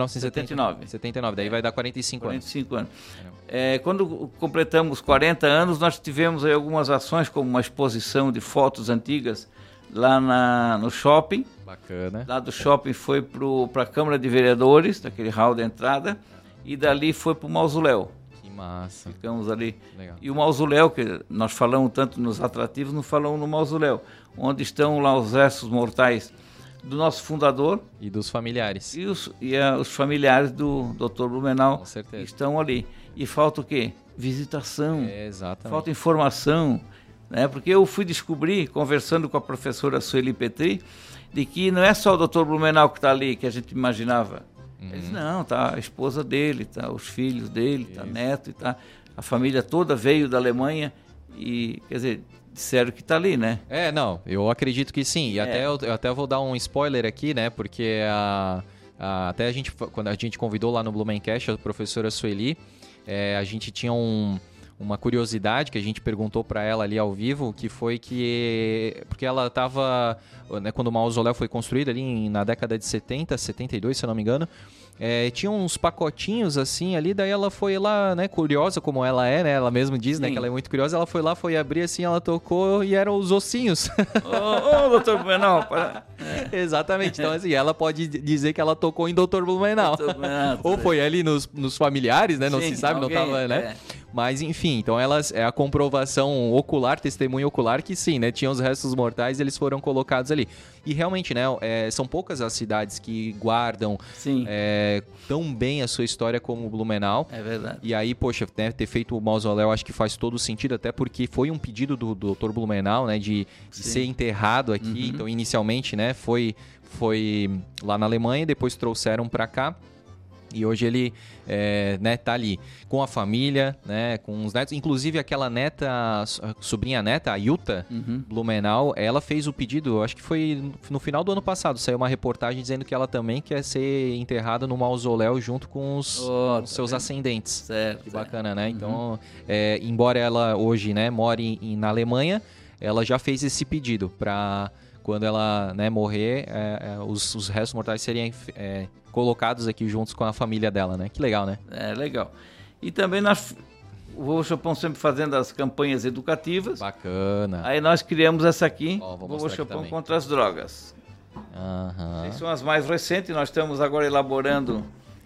1979, daí vai dar 45 anos. 45 anos. Quando completamos 40 anos, nós tivemos aí algumas ações, como uma exposição de fotos antigas lá no shopping. Bacana. Lá do shopping foi para a Câmara de Vereadores, daquele hall de entrada, e dali foi para o mausoléu. Que massa. Ficamos ali. Legal. E o mausoléu, que nós falamos tanto nos atrativos, não falamos no mausoléu, onde estão lá os restos mortais do nosso fundador. E dos familiares. E os familiares do Dr. Blumenau. Com certeza. Que estão ali. E falta o quê? Visitação. Exatamente. Falta informação. Né? Porque eu fui descobrir, conversando com a professora Sueli Petri, de que não é só o Dr. Blumenau que está ali, que a gente imaginava. Ele disse, não, tá a esposa dele, tá os filhos dele, tá neto, e tá a família toda veio da Alemanha e, quer dizer, disseram que tá ali, né? Não, eu acredito que sim. E eu até vou dar um spoiler aqui, né? Porque até quando a gente convidou lá no Blumencast a professora Sueli, a gente tinha uma curiosidade que a gente perguntou para ela ali ao vivo, que foi porque ela estava, né, quando o mausoléu foi construído ali na década de 70, 72, se eu não me engano, tinha uns pacotinhos assim ali, daí ela foi lá, né, curiosa como ela é, né, ela mesma diz, né, que ela é muito curiosa, ela foi lá, foi abrir assim, ela tocou e eram os ossinhos. Doutor Blumenau. Exatamente, então assim, ela pode dizer que ela tocou em Dr. Blumenau. Ou foi ali nos familiares, né, não se sabe, alguém, não tava, né? Mas, enfim, então elas é a comprovação ocular, testemunho ocular, que sim, né? Tinham os restos mortais e eles foram colocados ali. E realmente, né? São poucas as cidades que guardam tão bem a sua história como Blumenau. É verdade. E aí, poxa, né, ter feito o mausoléu acho que faz todo sentido, até porque foi um pedido do Dr. Blumenau, né? De ser enterrado aqui. Então, inicialmente, né? Foi lá na Alemanha, depois trouxeram para cá. E hoje ele tá ali com a família, né, com os netos. Inclusive aquela sobrinha neta, a Jutta Blumenau, ela fez o pedido, acho que foi no final do ano passado, saiu uma reportagem dizendo que ela também quer ser enterrada no mausoléu junto com os seus ascendentes. Certo. Que bacana, né? Então, embora ela hoje, né, more na Alemanha, ela já fez esse pedido para quando ela, né, morrer, os restos mortais seriam colocados aqui juntos com a família dela, né? Que legal, né? É, legal. E também o Vovô Chopin sempre fazendo as campanhas educativas. Bacana. Aí nós criamos essa aqui, Vovô Chopin contra as drogas. Essas são as mais recentes, nós estamos agora elaborando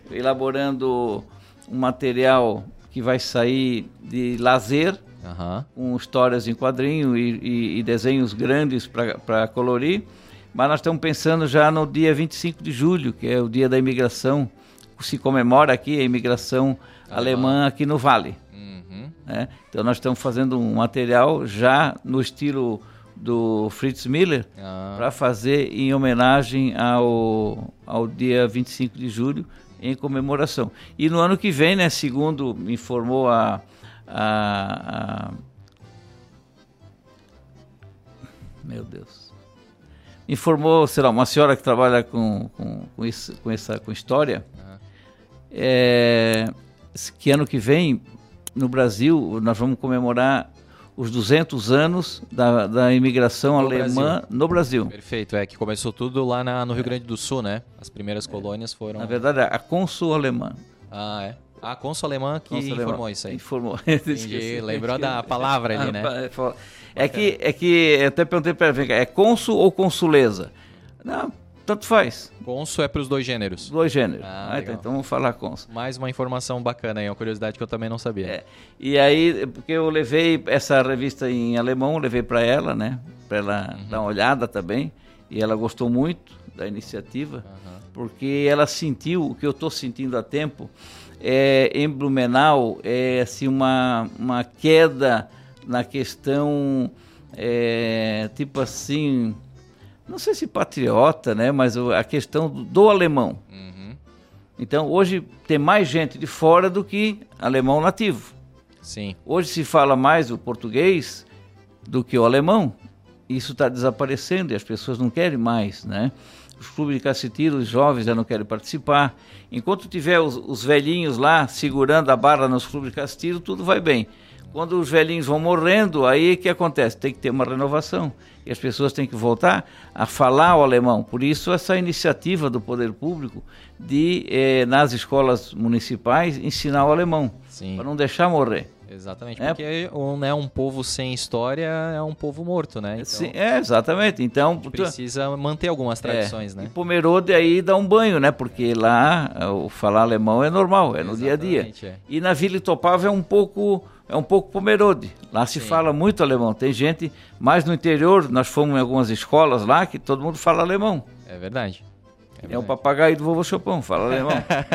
um material que vai sair de lazer, com histórias em quadrinho e desenhos grandes para colorir. Mas nós estamos pensando já no dia 25 de julho, que é o dia da imigração, se comemora aqui a imigração alemã aqui no Vale. Né? Então nós estamos fazendo um material já no estilo do Fritz Miller, para fazer em homenagem ao dia 25 de julho, em comemoração. E no ano que vem, né, segundo me informou meu Deus. Informou, sei lá, uma senhora que trabalha com história, que ano que vem, no Brasil, nós vamos comemorar os 200 anos da imigração alemã no Brasil. Perfeito, que começou tudo lá no Rio Grande do Sul, né? As primeiras colônias foram... Na verdade, a cônsul alemã. A cônsul alemã que informou isso aí. Informou. Entendi, lembrou da palavra ali, né? É que eu até perguntei para ela, é cônsul ou consuleza? Não, tanto faz. Cônsul é para os dois gêneros. Dois gêneros. Então vamos falar cônsul. Mais uma informação bacana aí, uma curiosidade que eu também não sabia. E aí, porque eu levei essa revista em alemão, levei para ela, né? Para ela dar uma olhada também. E ela gostou muito da iniciativa, porque ela sentiu o que eu estou sentindo há tempo. Em Blumenau, assim, uma queda na questão, tipo assim, não sei se patriota, né, mas a questão do alemão. Então, hoje tem mais gente de fora do que alemão nativo. Sim. Hoje se fala mais o português do que o alemão. Isso está desaparecendo e as pessoas não querem mais, né? Os clubes de cacetismo, os jovens já não querem participar. Enquanto tiver os velhinhos lá segurando a barra nos clubes de cacetismo, tudo vai bem. Quando os velhinhos vão morrendo, aí o que acontece? Tem que ter uma renovação. E as pessoas têm que voltar a falar o alemão. Por isso, essa iniciativa do poder público de, nas escolas municipais, ensinar o alemão. Para não deixar morrer. Exatamente, porque um povo sem história é um povo morto, né? Então, sim, exatamente. Então, precisa manter algumas tradições, né? E Pomerode aí dá um banho, né? Porque lá o falar alemão é normal, no dia a dia. E na Vila Itopava é um pouco Pomerode. Lá se fala muito alemão. Tem gente, mais no interior, nós fomos em algumas escolas lá que todo mundo fala alemão. É verdade. É o papagaio do Vovô Chopin, fala alemão.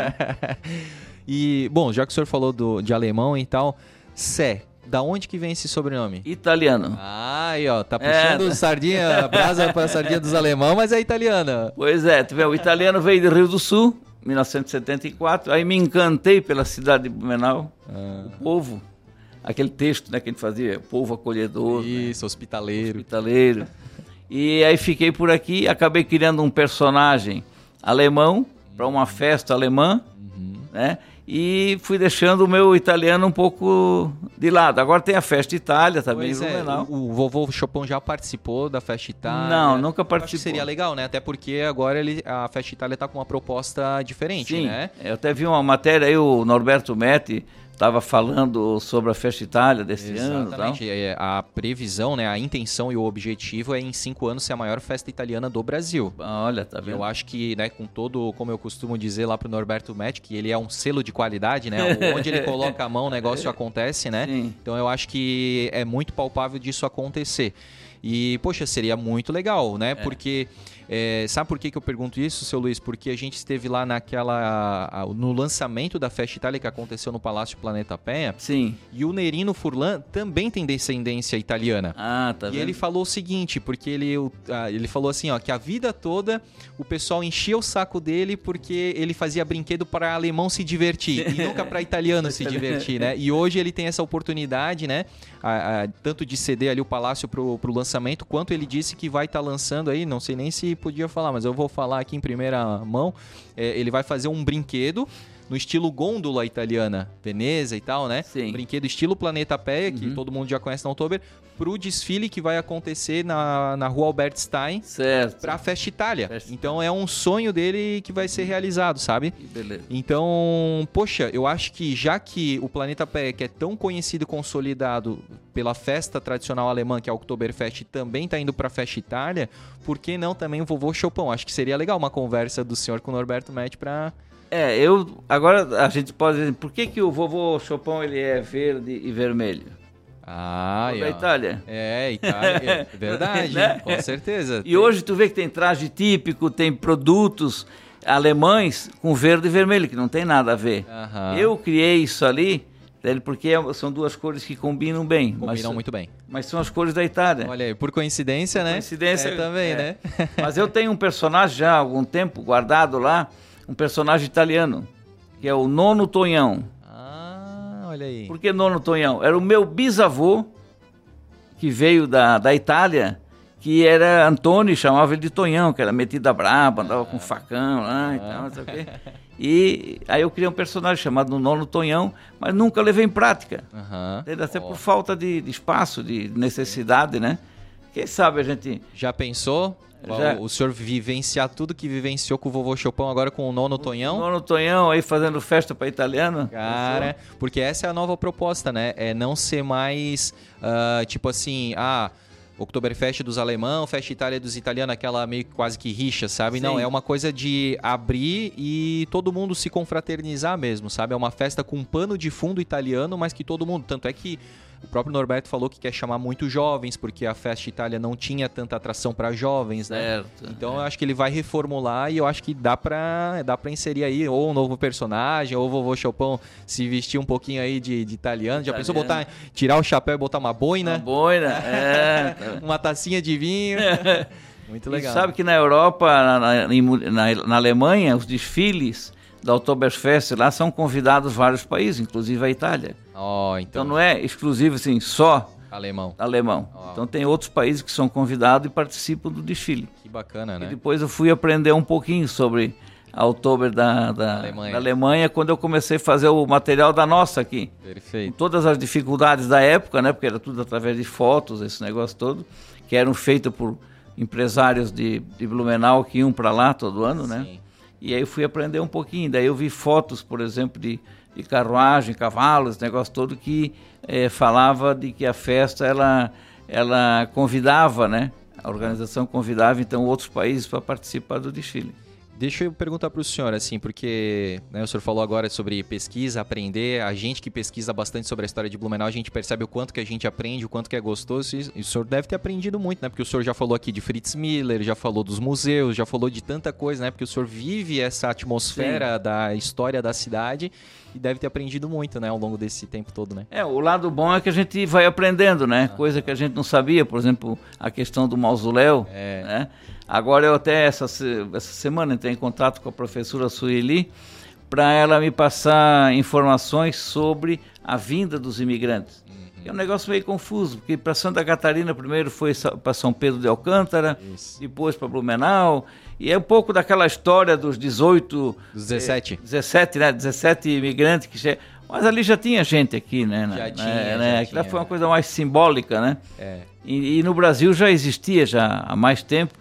E, bom, já que o senhor falou de alemão e tal, Sé, da onde que vem esse sobrenome? Italiano. Aí, ó, tá puxando sardinha, brasa para a sardinha dos alemão, mas é italiana. Pois é, tu vê, o italiano veio do Rio do Sul, 1974, aí me encantei pela cidade de Blumenau, o povo, aquele texto, né, que a gente fazia, povo acolhedor. Isso, né? Hospitaleiro. E aí fiquei por aqui, acabei criando um personagem alemão para uma festa alemã, né? E fui deixando o meu italiano um pouco de lado. Agora tem a Festa Itália também em Blumenau. O Vovô Chopin já participou da Festa Itália? Não, nunca participou. Acho que seria legal, né? Até porque agora a Festa Itália está com uma proposta diferente, Sim, né? Eu até vi uma matéria aí, o Norberto Metti estava falando sobre a Festa Itália desse ano. Exatamente. A previsão, né, a intenção e o objetivo é em 5 anos ser a maior festa italiana do Brasil. Olha, tá vendo? Eu acho que, né, com todo, como eu costumo dizer lá pro Norberto Metti, que ele é um selo de qualidade, né? Onde ele coloca a mão, o negócio acontece, né? Sim. Então eu acho que é muito palpável disso acontecer. E, poxa, seria muito legal, né? Porque, sabe por que eu pergunto isso, seu Luiz? Porque a gente esteve lá no lançamento da Festa Itália que aconteceu no Palácio Planeta Penha. Sim. E o Nerino Furlan também tem descendência italiana. Ah, tá vendo? E ele falou o seguinte, porque ele falou assim, ó, que a vida toda o pessoal enchia o saco dele porque ele fazia brinquedo para alemão se divertir e nunca para italiano se divertir, né? E hoje ele tem essa oportunidade, né? Tanto de ceder ali o Palácio pro lançamento, quanto ele disse que vai estar lançando aí, não sei nem se podia falar, mas eu vou falar aqui em primeira mão, ele vai fazer um brinquedo no estilo gôndola italiana, Veneza e tal, né? Sim. Brinquedo estilo Planeta Péia, que todo mundo já conhece na Oktober, pro desfile que vai acontecer na Rua Albert Stein, certo, pra Festa Itália. Festa Então é um sonho dele que vai ser realizado, sabe? Que beleza. Então, poxa, eu acho que já que o Planeta Péia, que é tão conhecido e consolidado pela festa tradicional alemã, que é a Oktoberfest, também tá indo pra Festa Itália, por que não também o Vovô Chopin? Acho que seria legal uma conversa do senhor com o Norberto Metti pra... Agora a gente pode dizer, por que o Vovô Chopin ele é verde e vermelho? Da Itália. Itália, é verdade, né? Com certeza. E hoje tu vê que tem traje típico, tem produtos alemães com verde e vermelho, que não tem nada a ver. Eu criei isso ali, porque são duas cores que combinam bem. Combinam muito bem. Mas são as cores da Itália. Olha aí, por coincidência, né? Coincidência também, né? Mas eu tenho um personagem já há algum tempo guardado lá, um personagem italiano, que é o Nono Tonhão. Olha aí. Por que Nono Tonhão? Era o meu bisavô, que veio da Itália, que era Antônio, chamava ele de Tonhão, que era metido a braba, andava com facão lá e tal, não sei o quê. E aí eu criei um personagem chamado Nono Tonhão, mas nunca levei em prática. Até por falta de espaço, de necessidade, né? Quem sabe a gente... Já pensou? O senhor vivenciar tudo que vivenciou com o Vovô Chopin agora com o Nono Tonhão? O Nono Tonhão aí fazendo festa para italiano. Cara, porque essa é a nova proposta, né? É não ser mais, tipo assim, Oktoberfest dos alemão, Festa Itália dos italianos, aquela meio quase que rixa, sabe? Sim. Não, é uma coisa de abrir e todo mundo se confraternizar mesmo, sabe? É uma festa com um pano de fundo italiano, mas que todo mundo... Tanto é que o próprio Norberto falou que quer chamar muito jovens, porque a Festa Itália não tinha tanta atração para jovens, né? Certo. Então eu acho que ele vai reformular e eu acho que dá pra inserir aí ou um novo personagem, ou o Vovô Chopin se vestir um pouquinho aí de italiano. Já pensou tirar o chapéu e botar uma boina? Uma boina, uma tacinha de vinho. Muito legal. E sabe que na Europa, na Alemanha, os desfiles da Oktoberfest lá são convidados vários países, inclusive a Itália. Então não é exclusivo assim, só alemão. Então tem outros países que são convidados e participam do desfile. Que bacana, né? E depois eu fui aprender um pouquinho sobre a Oktober da Alemanha quando eu comecei a fazer o material da nossa aqui. Perfeito. Com todas as dificuldades da época, né? Porque era tudo através de fotos, esse negócio todo, que eram feitos por empresários de Blumenau que iam para lá todo ano, né? E aí eu fui aprender um pouquinho. Daí eu vi fotos, por exemplo, de carruagem, cavalos, esse negócio todo que falava de que a festa ela convidava, né? A organização convidava então outros países para participar do desfile. Deixa eu perguntar para o senhor, assim, porque o senhor falou agora sobre pesquisa, aprender. A gente que pesquisa bastante sobre a história de Blumenau, a gente percebe o quanto que a gente aprende, o quanto que é gostoso. E o senhor deve ter aprendido muito, né? Porque o senhor já falou aqui de Fritz Miller, já falou dos museus, já falou de tanta coisa, né? Porque o senhor vive essa atmosfera da história da cidade e deve ter aprendido muito, né? Ao longo desse tempo todo, né? O lado bom é que a gente vai aprendendo, né? Coisa que a gente não sabia, por exemplo, a questão do mausoléu, né? Agora eu até essa semana entrei em contato com a professora Sueli para ela me passar informações sobre a vinda dos imigrantes. É um negócio meio confuso, porque para Santa Catarina primeiro foi para São Pedro de Alcântara, depois para Blumenau, e é um pouco daquela história dos 18... Dos 17. 17, né? 17 imigrantes que chegam. Mas ali já tinha gente aqui, né? Já tinha. Aquilo foi uma coisa mais simbólica, né? E no Brasil já existia já há mais tempo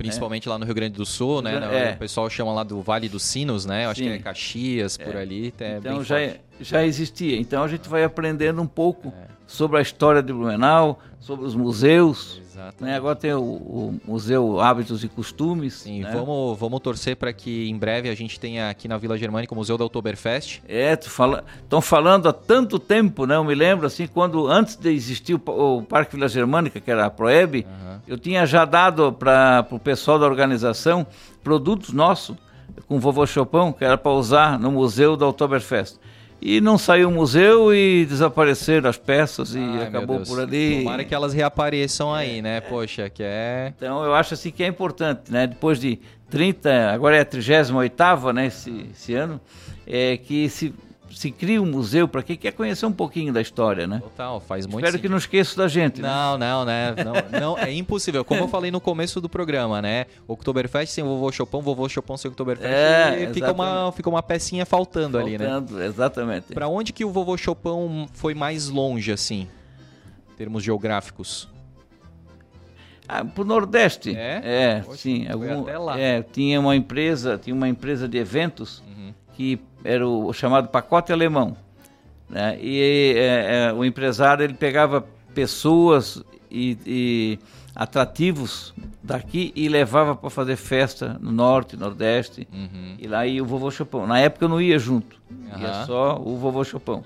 Principalmente lá no Rio Grande do Sul, né? O pessoal chama lá do Vale dos Sinos, né? Eu acho que é Caxias, por ali. Então já existia. Então a gente vai aprendendo um pouco sobre a história de Blumenau, sobre os museus. Né? Agora tem o Museu Hábitos e Costumes. Sim, né? vamos torcer para que em breve a gente tenha aqui na Vila Germânica o Museu da Oktoberfest. Estão falando há tanto tempo, né? Eu me lembro assim, quando antes de existir o Parque Vila Germânica, que era a Proeb, eu tinha já dado para o pessoal da organização produtos nossos com o Vovô Chopin, que era para usar no Museu da Oktoberfest. E não saiu o museu e desapareceram as peças e acabou por ali. Tomara que elas reapareçam aí, né? Poxa, que é... Então eu acho assim que é importante, né? Depois de 30, agora é a 38ª, né? Esse ano, que se cria um museu para quem quer conhecer um pouquinho da história, né? Total, faz muito Espero que não esqueça da gente. Não, né? Não, é impossível. Como eu falei no começo do programa, né? Oktoberfest sem Vovô Chopin sem Oktoberfest, fica uma pecinha faltando ali, né? Exatamente. Para onde que o Vovô Chopin foi mais longe, assim, em termos geográficos? Pro Nordeste. Poxa, sim. Até lá. Tinha uma empresa de eventos que era o chamado pacote alemão, né? E o empresário ele pegava pessoas e atrativos daqui e levava para fazer festa no Norte, Nordeste, e lá ia o Vovô Chopin. Na época eu não ia junto, ia só o Vovô Chopin.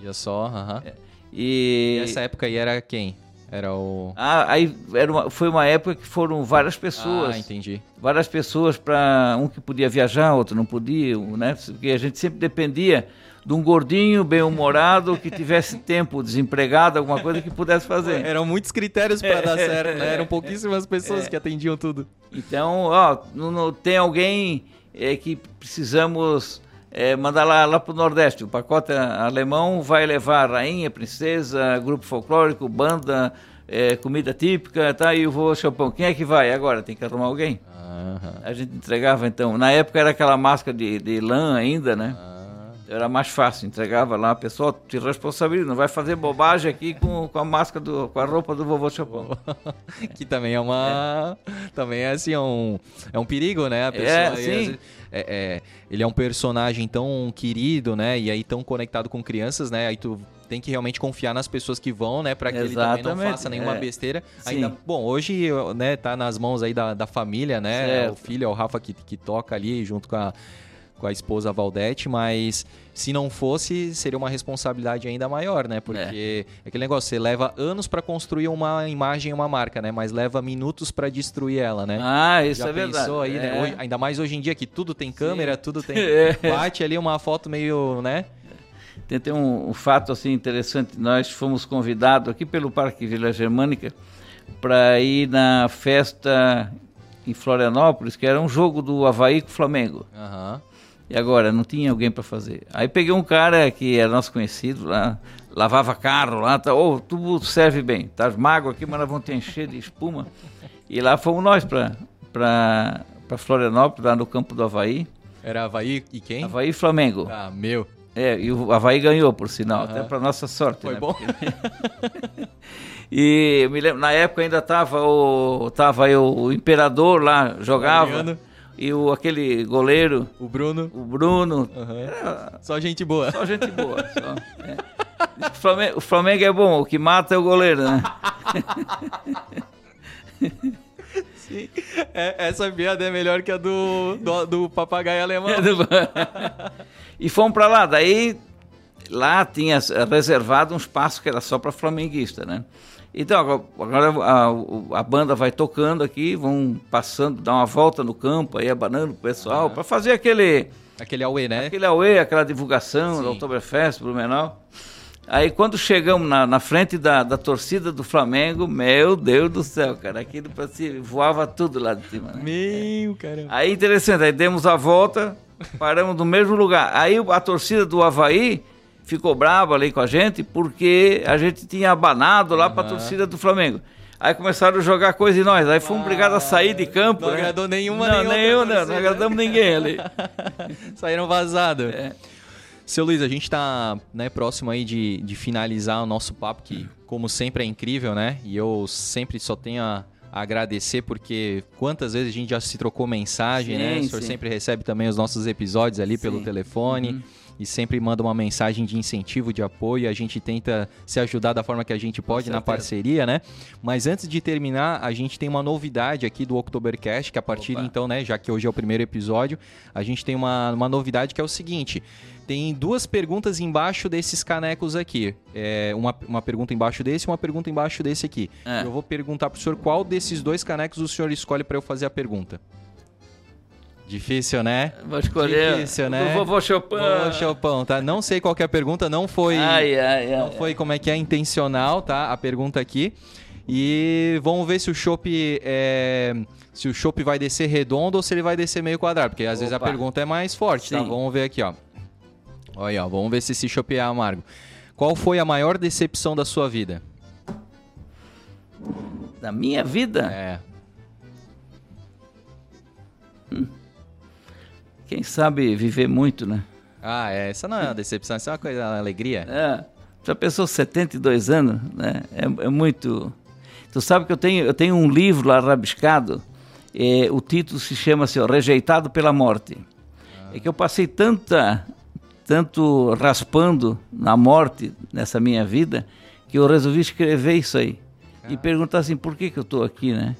E essa época aí era quem? Era o... foi uma época que foram várias pessoas. Entendi. Várias pessoas, para um que podia viajar, outro não podia, né? Porque a gente sempre dependia de um gordinho bem-humorado que tivesse tempo, desempregado, alguma coisa que pudesse fazer. Eram muitos critérios para dar certo, né? Eram pouquíssimas pessoas que atendiam tudo. Então, tem alguém que precisamos... mandar lá para o Nordeste. O pacote alemão vai levar rainha, princesa, grupo folclórico, banda, comida típica, tá? E o Vovô Chopin. Quem é que vai agora? Tem que arrumar alguém. A gente entregava, então. Na época era aquela máscara de lã ainda, né? Era mais fácil. Entregava lá, pessoal, te responsabiliza, não vai fazer bobagem aqui com a máscara, com a roupa do Vovô Chopin. Que também é uma... Também é assim, é um perigo, né? A pessoa, sim. Ele é um personagem tão querido, né? E aí tão conectado com crianças, né? Aí tu tem que realmente confiar nas pessoas que vão, né? Para que ele também não faça nenhuma besteira. Ainda, bom, hoje, né? Tá nas mãos aí da família, né? Certo. O filho é o Rafa que toca ali junto com a esposa Valdete, mas se não fosse, seria uma responsabilidade ainda maior, né? Porque é aquele negócio, você leva anos para construir uma imagem, uma marca, né? Mas leva minutos para destruir ela, né? Isso já é verdade. Aí, né? Ainda mais hoje em dia que tudo tem câmera, tudo tem... Bate ali uma foto meio, né? Tem um fato assim interessante. Nós fomos convidados aqui pelo Parque Vila Germânica para ir na festa em Florianópolis, que era um jogo do Avaí com o Flamengo. E agora, não tinha alguém para fazer. Aí peguei um cara que era nosso conhecido lá, lavava carro lá, tudo serve bem. Tá magro aqui, mas nós vamos te encher de espuma. E lá fomos nós para Florianópolis, lá no campo do Avaí. Era Avaí e quem? Avaí e Flamengo. Meu. E o Avaí ganhou, por sinal, até para nossa sorte. Foi, né? Bom. E me lembro, na época ainda tava o Imperador lá, jogava. E aquele goleiro... O Bruno. Era só gente boa. Só gente boa. O Flamengo é bom, o que mata é o goleiro, né? Sim. Essa piada é melhor que a do papagaio alemão. E fomos para lá, daí lá tinha reservado um espaço que era só para flamenguista, né? Então, agora a banda vai tocando aqui, vão passando, dar uma volta no campo, aí abanando o pessoal, para fazer aquele auê, né? Aquele auê, aquela divulgação do Oktoberfest, Blumenau. Aí quando chegamos na frente da torcida do Flamengo, meu Deus do céu, cara, aquilo voava tudo lá de cima, né? Caramba. Aí interessante, aí demos a volta, paramos no mesmo lugar. Aí a torcida do Avaí ficou brava ali com a gente, porque a gente tinha abanado lá para a torcida do Flamengo. Aí começaram a jogar coisa em nós, aí fomos obrigados a sair de campo. Não agradou nenhuma, não agradamos ninguém ali. Saíram vazados. Seu Luiz, a gente tá, né, próximo aí de finalizar o nosso papo, que como sempre é incrível, né? E eu sempre só tenho a agradecer, porque quantas vezes a gente já se trocou mensagem, Sim, né? O senhor sim. sempre recebe também os nossos episódios ali pelo Sim. telefone. E sempre manda uma mensagem de incentivo, de apoio. A gente tenta se ajudar da forma que a gente pode na parceria, né? Mas antes de terminar, a gente tem uma novidade aqui do Oktobercast, que a partir de então, né, já que hoje é o primeiro episódio, a gente tem uma novidade que é o seguinte: tem 2 perguntas embaixo desses canecos aqui. Uma pergunta embaixo desse e uma pergunta embaixo desse aqui. Eu vou perguntar pro senhor qual desses 2 canecos o senhor escolhe para eu fazer a pergunta. Difícil, né? Vou escolher Difícil, né? do Vovô Chopin. Vovô Chopin, tá? Não sei qual que é a pergunta, não foi como é que é intencional, tá? A pergunta aqui. E vamos ver se o chopp vai descer redondo ou se ele vai descer meio quadrado, porque às vezes a pergunta é mais forte, tá? Vamos ver aqui, ó. Olha aí, ó, vamos ver se esse chopp é amargo. Qual foi a maior decepção da sua vida? Da minha vida? É. Quem sabe viver muito, né? Ah, essa não é uma decepção, essa é uma coisa, uma alegria. Já pensou 72 anos, né? É muito... Tu sabe que eu tenho um livro lá rabiscado, o título se chama assim, ó, Rejeitado pela Morte. É que eu passei tanto raspando na morte nessa minha vida, que eu resolvi escrever isso aí. E perguntar assim, por que eu estou aqui, né?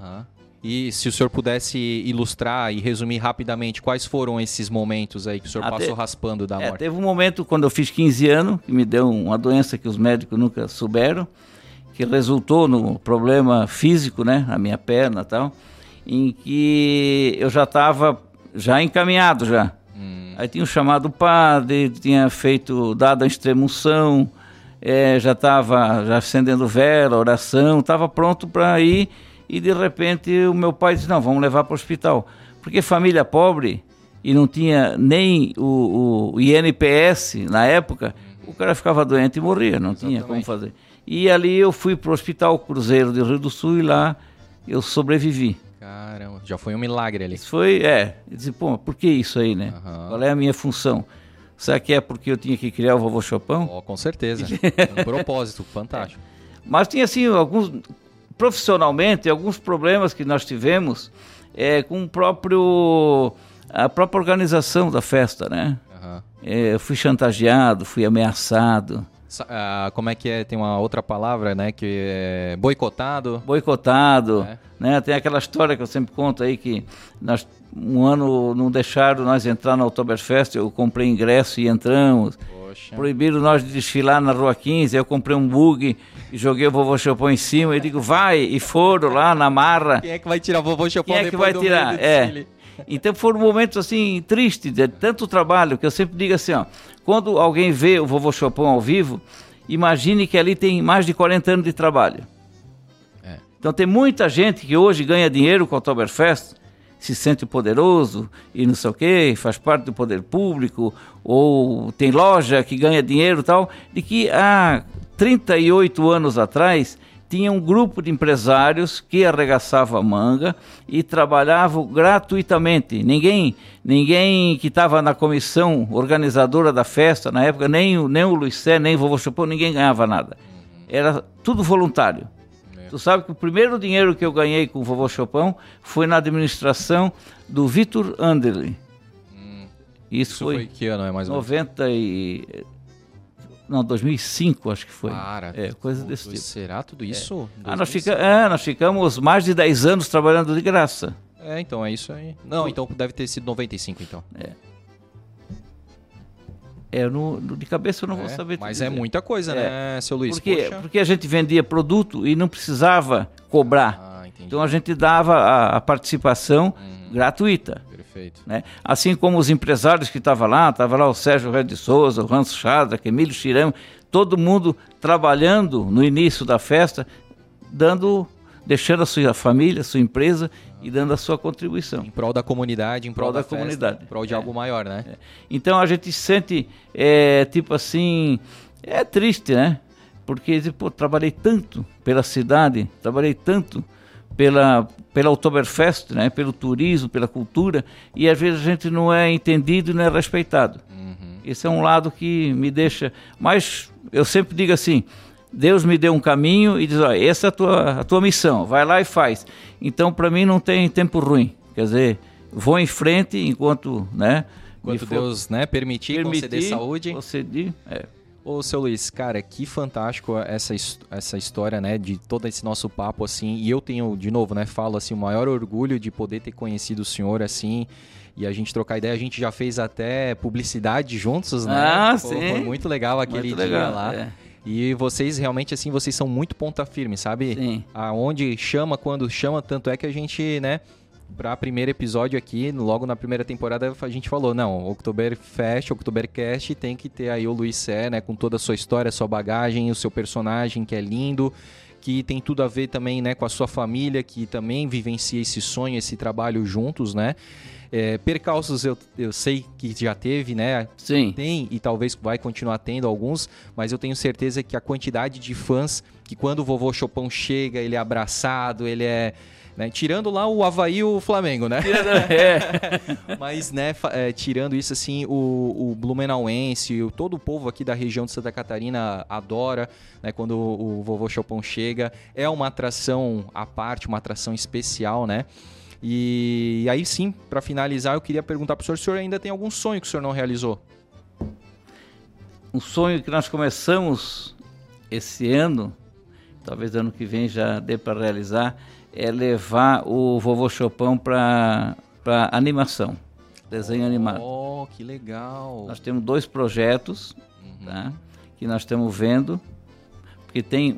E se o senhor pudesse ilustrar e resumir rapidamente, quais foram esses momentos aí que o senhor passou raspando da morte? Teve um momento quando eu fiz 15 anos, que me deu uma doença que os médicos nunca souberam, que resultou no problema físico, né, na minha perna e tal, em que eu já estava encaminhado já. Aí tinha chamado o padre, tinha dado a extrema-unção, já estava acendendo vela, oração, estava pronto para ir. E de repente o meu pai disse, não, vamos levar para o hospital. Porque família pobre e não tinha nem o INPS na época, o cara ficava doente e morria, não tinha como fazer. E ali eu fui para o Hospital Cruzeiro do Rio do Sul e lá eu sobrevivi. Caramba, já foi um milagre ali. Isso foi, eu disse, pô, por que isso aí, né? Qual é a minha função? Será que é porque eu tinha que criar o Vovô Chopin? Com certeza, um propósito fantástico. Mas tinha assim, profissionalmente, alguns problemas que nós tivemos com a própria organização da festa, né? Eu fui chantageado, fui ameaçado. Como é que é? Tem uma outra palavra, né? Que é boicotado. Boicotado, né? Tem aquela história que eu sempre conto aí que um ano não deixaram nós entrar na Oktoberfest, eu comprei ingresso e entramos. Poxa. Proibiram nós de desfilar na Rua 15, eu comprei um bug e joguei o Vovô Chopin em cima, e digo, vai, e foram lá na marra. Quem é que vai tirar o Vovô Chopin depois do meio do desfile? Então foram momentos assim tristes, de tanto trabalho, que eu sempre digo assim, ó, quando alguém vê o Vovô Chopin ao vivo, imagine que ali tem mais de 40 anos de trabalho. Então tem muita gente que hoje ganha dinheiro com a Oktoberfest, se sente poderoso e não sei o quê, faz parte do poder público, ou tem loja que ganha dinheiro e tal, de que há 38 anos atrás tinha um grupo de empresários que arregaçava a manga e trabalhavam gratuitamente. Ninguém que estava na comissão organizadora da festa, na época, nem o Luiz Sé, nem o Vovô Chopin, ninguém ganhava nada. Era tudo voluntário. Tu sabe que o primeiro dinheiro que eu ganhei com o Vovô Chopin foi na administração do Vitor Anderle. Isso foi que ano, mais ou menos? 2005, acho que foi. Coisa desse tipo. Será tudo isso? Nós ficamos mais de 10 anos trabalhando de graça. Então é isso aí. Não, então deve ter sido 95, então. De cabeça eu não vou saber. Mas dizer. É muita coisa, né, seu Luiz? Porque a gente vendia produto e não precisava cobrar. Então a gente dava a participação gratuita. Perfeito. Né? Assim como os empresários que estavam lá o Sérgio Red de Souza, o Hans Schadrak, Emílio Chirão, todo mundo trabalhando no início da festa, deixando a sua família, a sua empresa e dando a sua contribuição. Em prol da comunidade, em prol da festa, comunidade. Em prol de algo maior, né? Então a gente se sente, tipo assim, triste, né? Porque, trabalhei tanto pela cidade, trabalhei tanto pela Oktoberfest, né? Pelo turismo, pela cultura, e às vezes a gente não é entendido e não é respeitado. Esse é um lado que me deixa... Mas eu sempre digo assim, Deus me deu um caminho e diz, olha, essa é a tua missão, vai lá e faz. Então, para mim, não tem tempo ruim. Quer dizer, vou em frente enquanto, né? Enquanto Deus, né, permitir, conceder saúde. Conceder, Ô, seu Luiz, cara, que fantástico essa história, né, de todo esse nosso papo, assim, e eu tenho, de novo, né, falo assim, o maior orgulho de poder ter conhecido o senhor, assim, e a gente trocar ideia, a gente já fez até publicidade juntos, né? Ah, sim. Foi muito legal aquele dia lá. E vocês realmente, assim, vocês são muito ponta firme, sabe? Sim. Aonde chama, quando chama, tanto é que a gente, né, para primeiro episódio aqui, logo na primeira temporada, a gente falou, não, Oktoberfest, Oktobercast tem que ter aí o Luiz Sé, né, com toda a sua história, a sua bagagem, o seu personagem, que é lindo, que tem tudo a ver também, né, com a sua família, que também vivencia esse sonho, esse trabalho juntos, né? Percalços eu sei que já teve, né? Sim. Tem e talvez vai continuar tendo alguns, mas eu tenho certeza que a quantidade de fãs, que quando o Vovô Chopin chega, ele é abraçado, ele é... Né? Tirando lá o Avaí e o Flamengo, né? Mas, né, tirando isso, assim, o blumenauense, todo o povo aqui da região de Santa Catarina adora, né, quando o Vovô Chopin chega. É uma atração à parte, uma atração especial, né? E aí sim, para finalizar, eu queria perguntar para o senhor ainda tem algum sonho que o senhor não realizou? Um sonho que nós começamos esse ano, talvez ano que vem já dê para realizar, é levar o Vovô Chopin para animação, desenho animado. Oh, que legal! Nós temos 2 projetos, tá, que nós estamos vendo, porque tem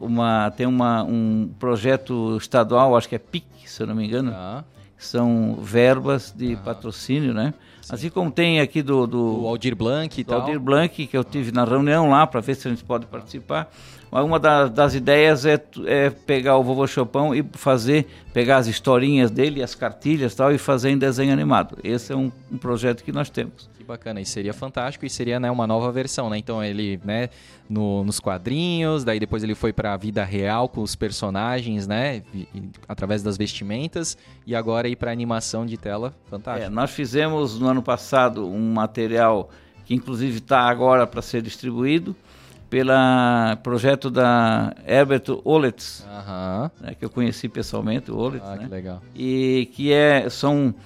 um projeto estadual, acho que é PIC, se eu não me engano, que são verbas de patrocínio, né? Sim. Assim como tem aqui do Aldir Blanc e tal. Aldir Blanc, que eu tive na reunião lá para ver se a gente pode participar. Uma das ideias é pegar o Vovô Chopin e pegar as historinhas dele, as cartilhas e tal, e fazer em desenho animado. Esse é um projeto que nós temos. Que bacana, e seria fantástico, e seria, né, uma nova versão, né? Então ele, né, nos quadrinhos, daí depois ele foi para a vida real com os personagens, né, através das vestimentas, e agora ir para animação de tela, fantástico. Nós fizemos no ano passado um material que inclusive está agora para ser distribuído, pelo projeto da Herbert Olets, né, que eu conheci pessoalmente, o Olets, né? Que legal. E que são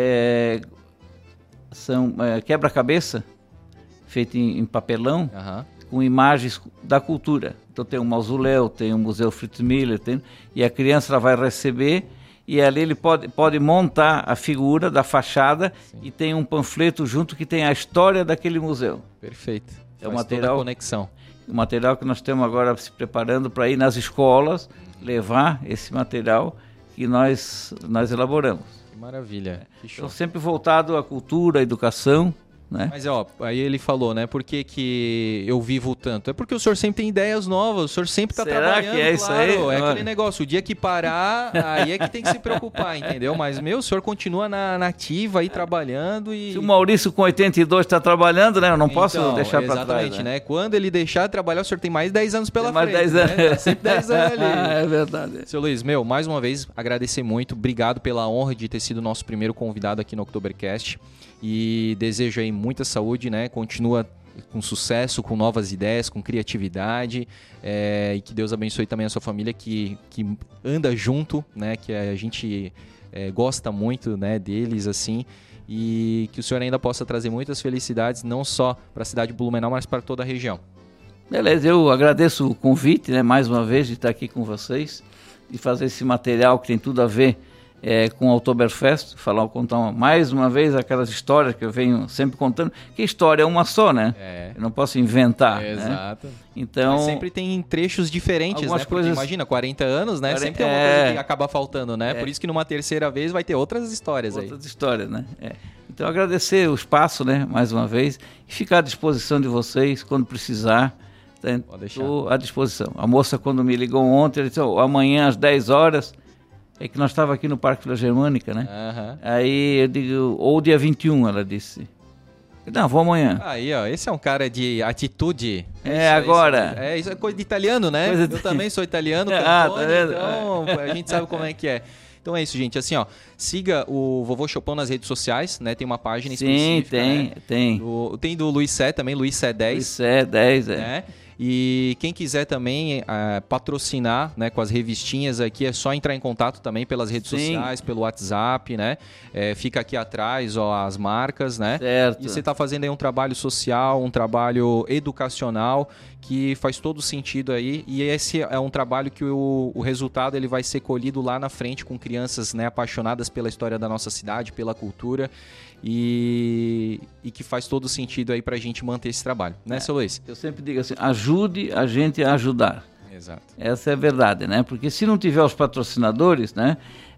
quebra-cabeça feito em papelão, com imagens da cultura. Então tem um mausoléu, tem um museu Fritz Miller, e a criança ela vai receber e ali ele pode montar a figura da fachada. Sim. E tem um panfleto junto que tem a história daquele museu. Perfeito. É o material, toda a conexão. O material que nós estamos agora se preparando para ir nas escolas, levar esse material que nós elaboramos. Que maravilha. Que show. Então, sempre voltado à cultura, à educação, né? Mas, aí ele falou, né? Por que eu vivo tanto? É porque o senhor sempre tem ideias novas, o senhor sempre está trabalhando, que é isso aí? É aquele negócio, o dia que parar, aí é que tem que se preocupar, entendeu? Mas, o senhor continua na ativa aí, trabalhando e... Se o Maurício com 82 está trabalhando, né? Eu não posso deixar para trás. Exatamente, né? Quando ele deixar de trabalhar, o senhor tem mais 10 anos pela frente. Mais 10 anos. Né? Tá sempre 10 anos ali. É verdade. Seu Luiz, mais uma vez, agradecer muito. Obrigado pela honra de ter sido nosso primeiro convidado aqui no Oktobercast. E desejo aí muita saúde, né? Continua com sucesso, com novas ideias, com criatividade, e que Deus abençoe também a sua família que anda junto, né? Que a gente gosta muito, né, deles, assim, e que o senhor ainda possa trazer muitas felicidades, não só para a cidade de Blumenau, mas para toda a região. Beleza, eu agradeço o convite, né, mais uma vez, de estar aqui com vocês, de fazer esse material que tem tudo a ver com o Oktoberfest, contar mais uma vez aquelas histórias que eu venho sempre contando, que história é uma só, né? Eu não posso inventar. Exato. Né? Então, mas sempre tem trechos diferentes, algumas né? Porque coisas... imagina, 40 anos, né? Sempre tem uma coisa que acaba faltando, né? Por isso que numa terceira vez vai ter outras histórias aí. Outras histórias, né? Então, agradecer o espaço, né? Mais uma vez, e ficar à disposição de vocês quando precisar. Estou à disposição. A moça, quando me ligou ontem, ela disse, amanhã às 10 horas... É que nós estávamos aqui no Parque Vila Germânica, né? Aí eu digo, ou dia 21, ela disse. Não, vou amanhã. Aí, esse é um cara de atitude. Agora. Isso é coisa de italiano, né? Eu também sou italiano, tá vendo? Então a gente sabe como é que é. Então é isso, gente. Assim, siga o Vovô Chopin nas redes sociais, né? Tem uma página específica. Sim, tem. Tem do Luiz Sé também, Luiz Sé 10. Luiz Sé 10, né? E quem quiser também patrocinar, né, com as revistinhas aqui, é só entrar em contato também pelas redes sociais, pelo WhatsApp, né? Fica aqui atrás, ó, as marcas, né? Certo. E você está fazendo aí um trabalho social, um trabalho educacional que faz todo sentido aí, e esse é um trabalho que o resultado ele vai ser colhido lá na frente com crianças, né, apaixonadas pela história da nossa cidade, pela cultura, e que faz todo sentido aí pra gente manter esse trabalho, né, seu Luiz? Eu sempre digo assim, ajude a gente a ajudar. Exato. Essa é a verdade, né? Porque se não tiver os patrocinadores, né,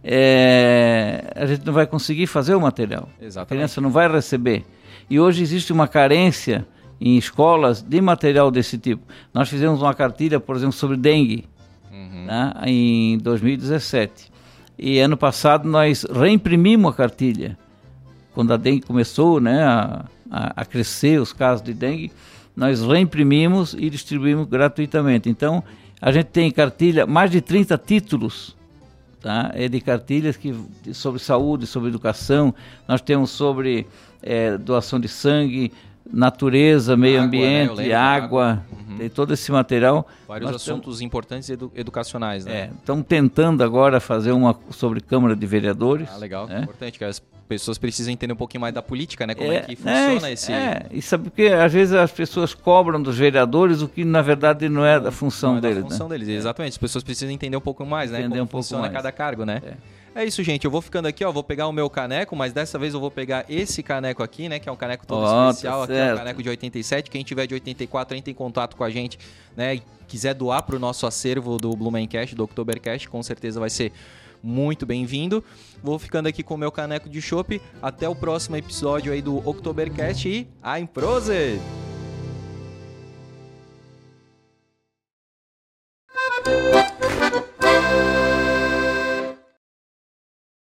a gente não vai conseguir fazer o material. Exatamente. A criança não vai receber. E hoje existe uma carência em escolas de material desse tipo. Nós fizemos uma cartilha, por exemplo, sobre dengue, né, em 2017. E ano passado nós reimprimimos a cartilha. Quando a dengue começou, né, a crescer os casos de dengue, nós reimprimimos e distribuímos gratuitamente. Então, a gente tem cartilha, mais de 30 títulos, tá? De cartilhas sobre saúde, sobre educação. Nós temos sobre doação de sangue, natureza, meio ambiente, né? Água, tem todo esse material. Vários assuntos importantes educacionais, né? Estamos tentando agora fazer uma sobre Câmara de Vereadores. Legal, né? Importante que as pessoas precisam entender um pouquinho mais da política, né? Como é que funciona esse... e sabe porque às vezes as pessoas cobram dos vereadores o que na verdade não é da função deles. Não é da função deles, exatamente. As pessoas precisam entender um pouco mais, né? Entender como um pouco funciona mais. Cada cargo, né? É isso, gente. Eu vou ficando aqui, ó. Vou pegar o meu caneco, mas dessa vez eu vou pegar esse caneco aqui, né? Que é um caneco todo especial. Aqui é um caneco de 87. Quem tiver de 84, entra em contato com a gente, né? E quiser doar para o nosso acervo do Blumencast, do Oktobercast, com certeza vai ser muito bem-vindo. Vou ficando aqui com o meu caneco de chopp. Até o próximo episódio aí do Oktobercast e Ein Prosit!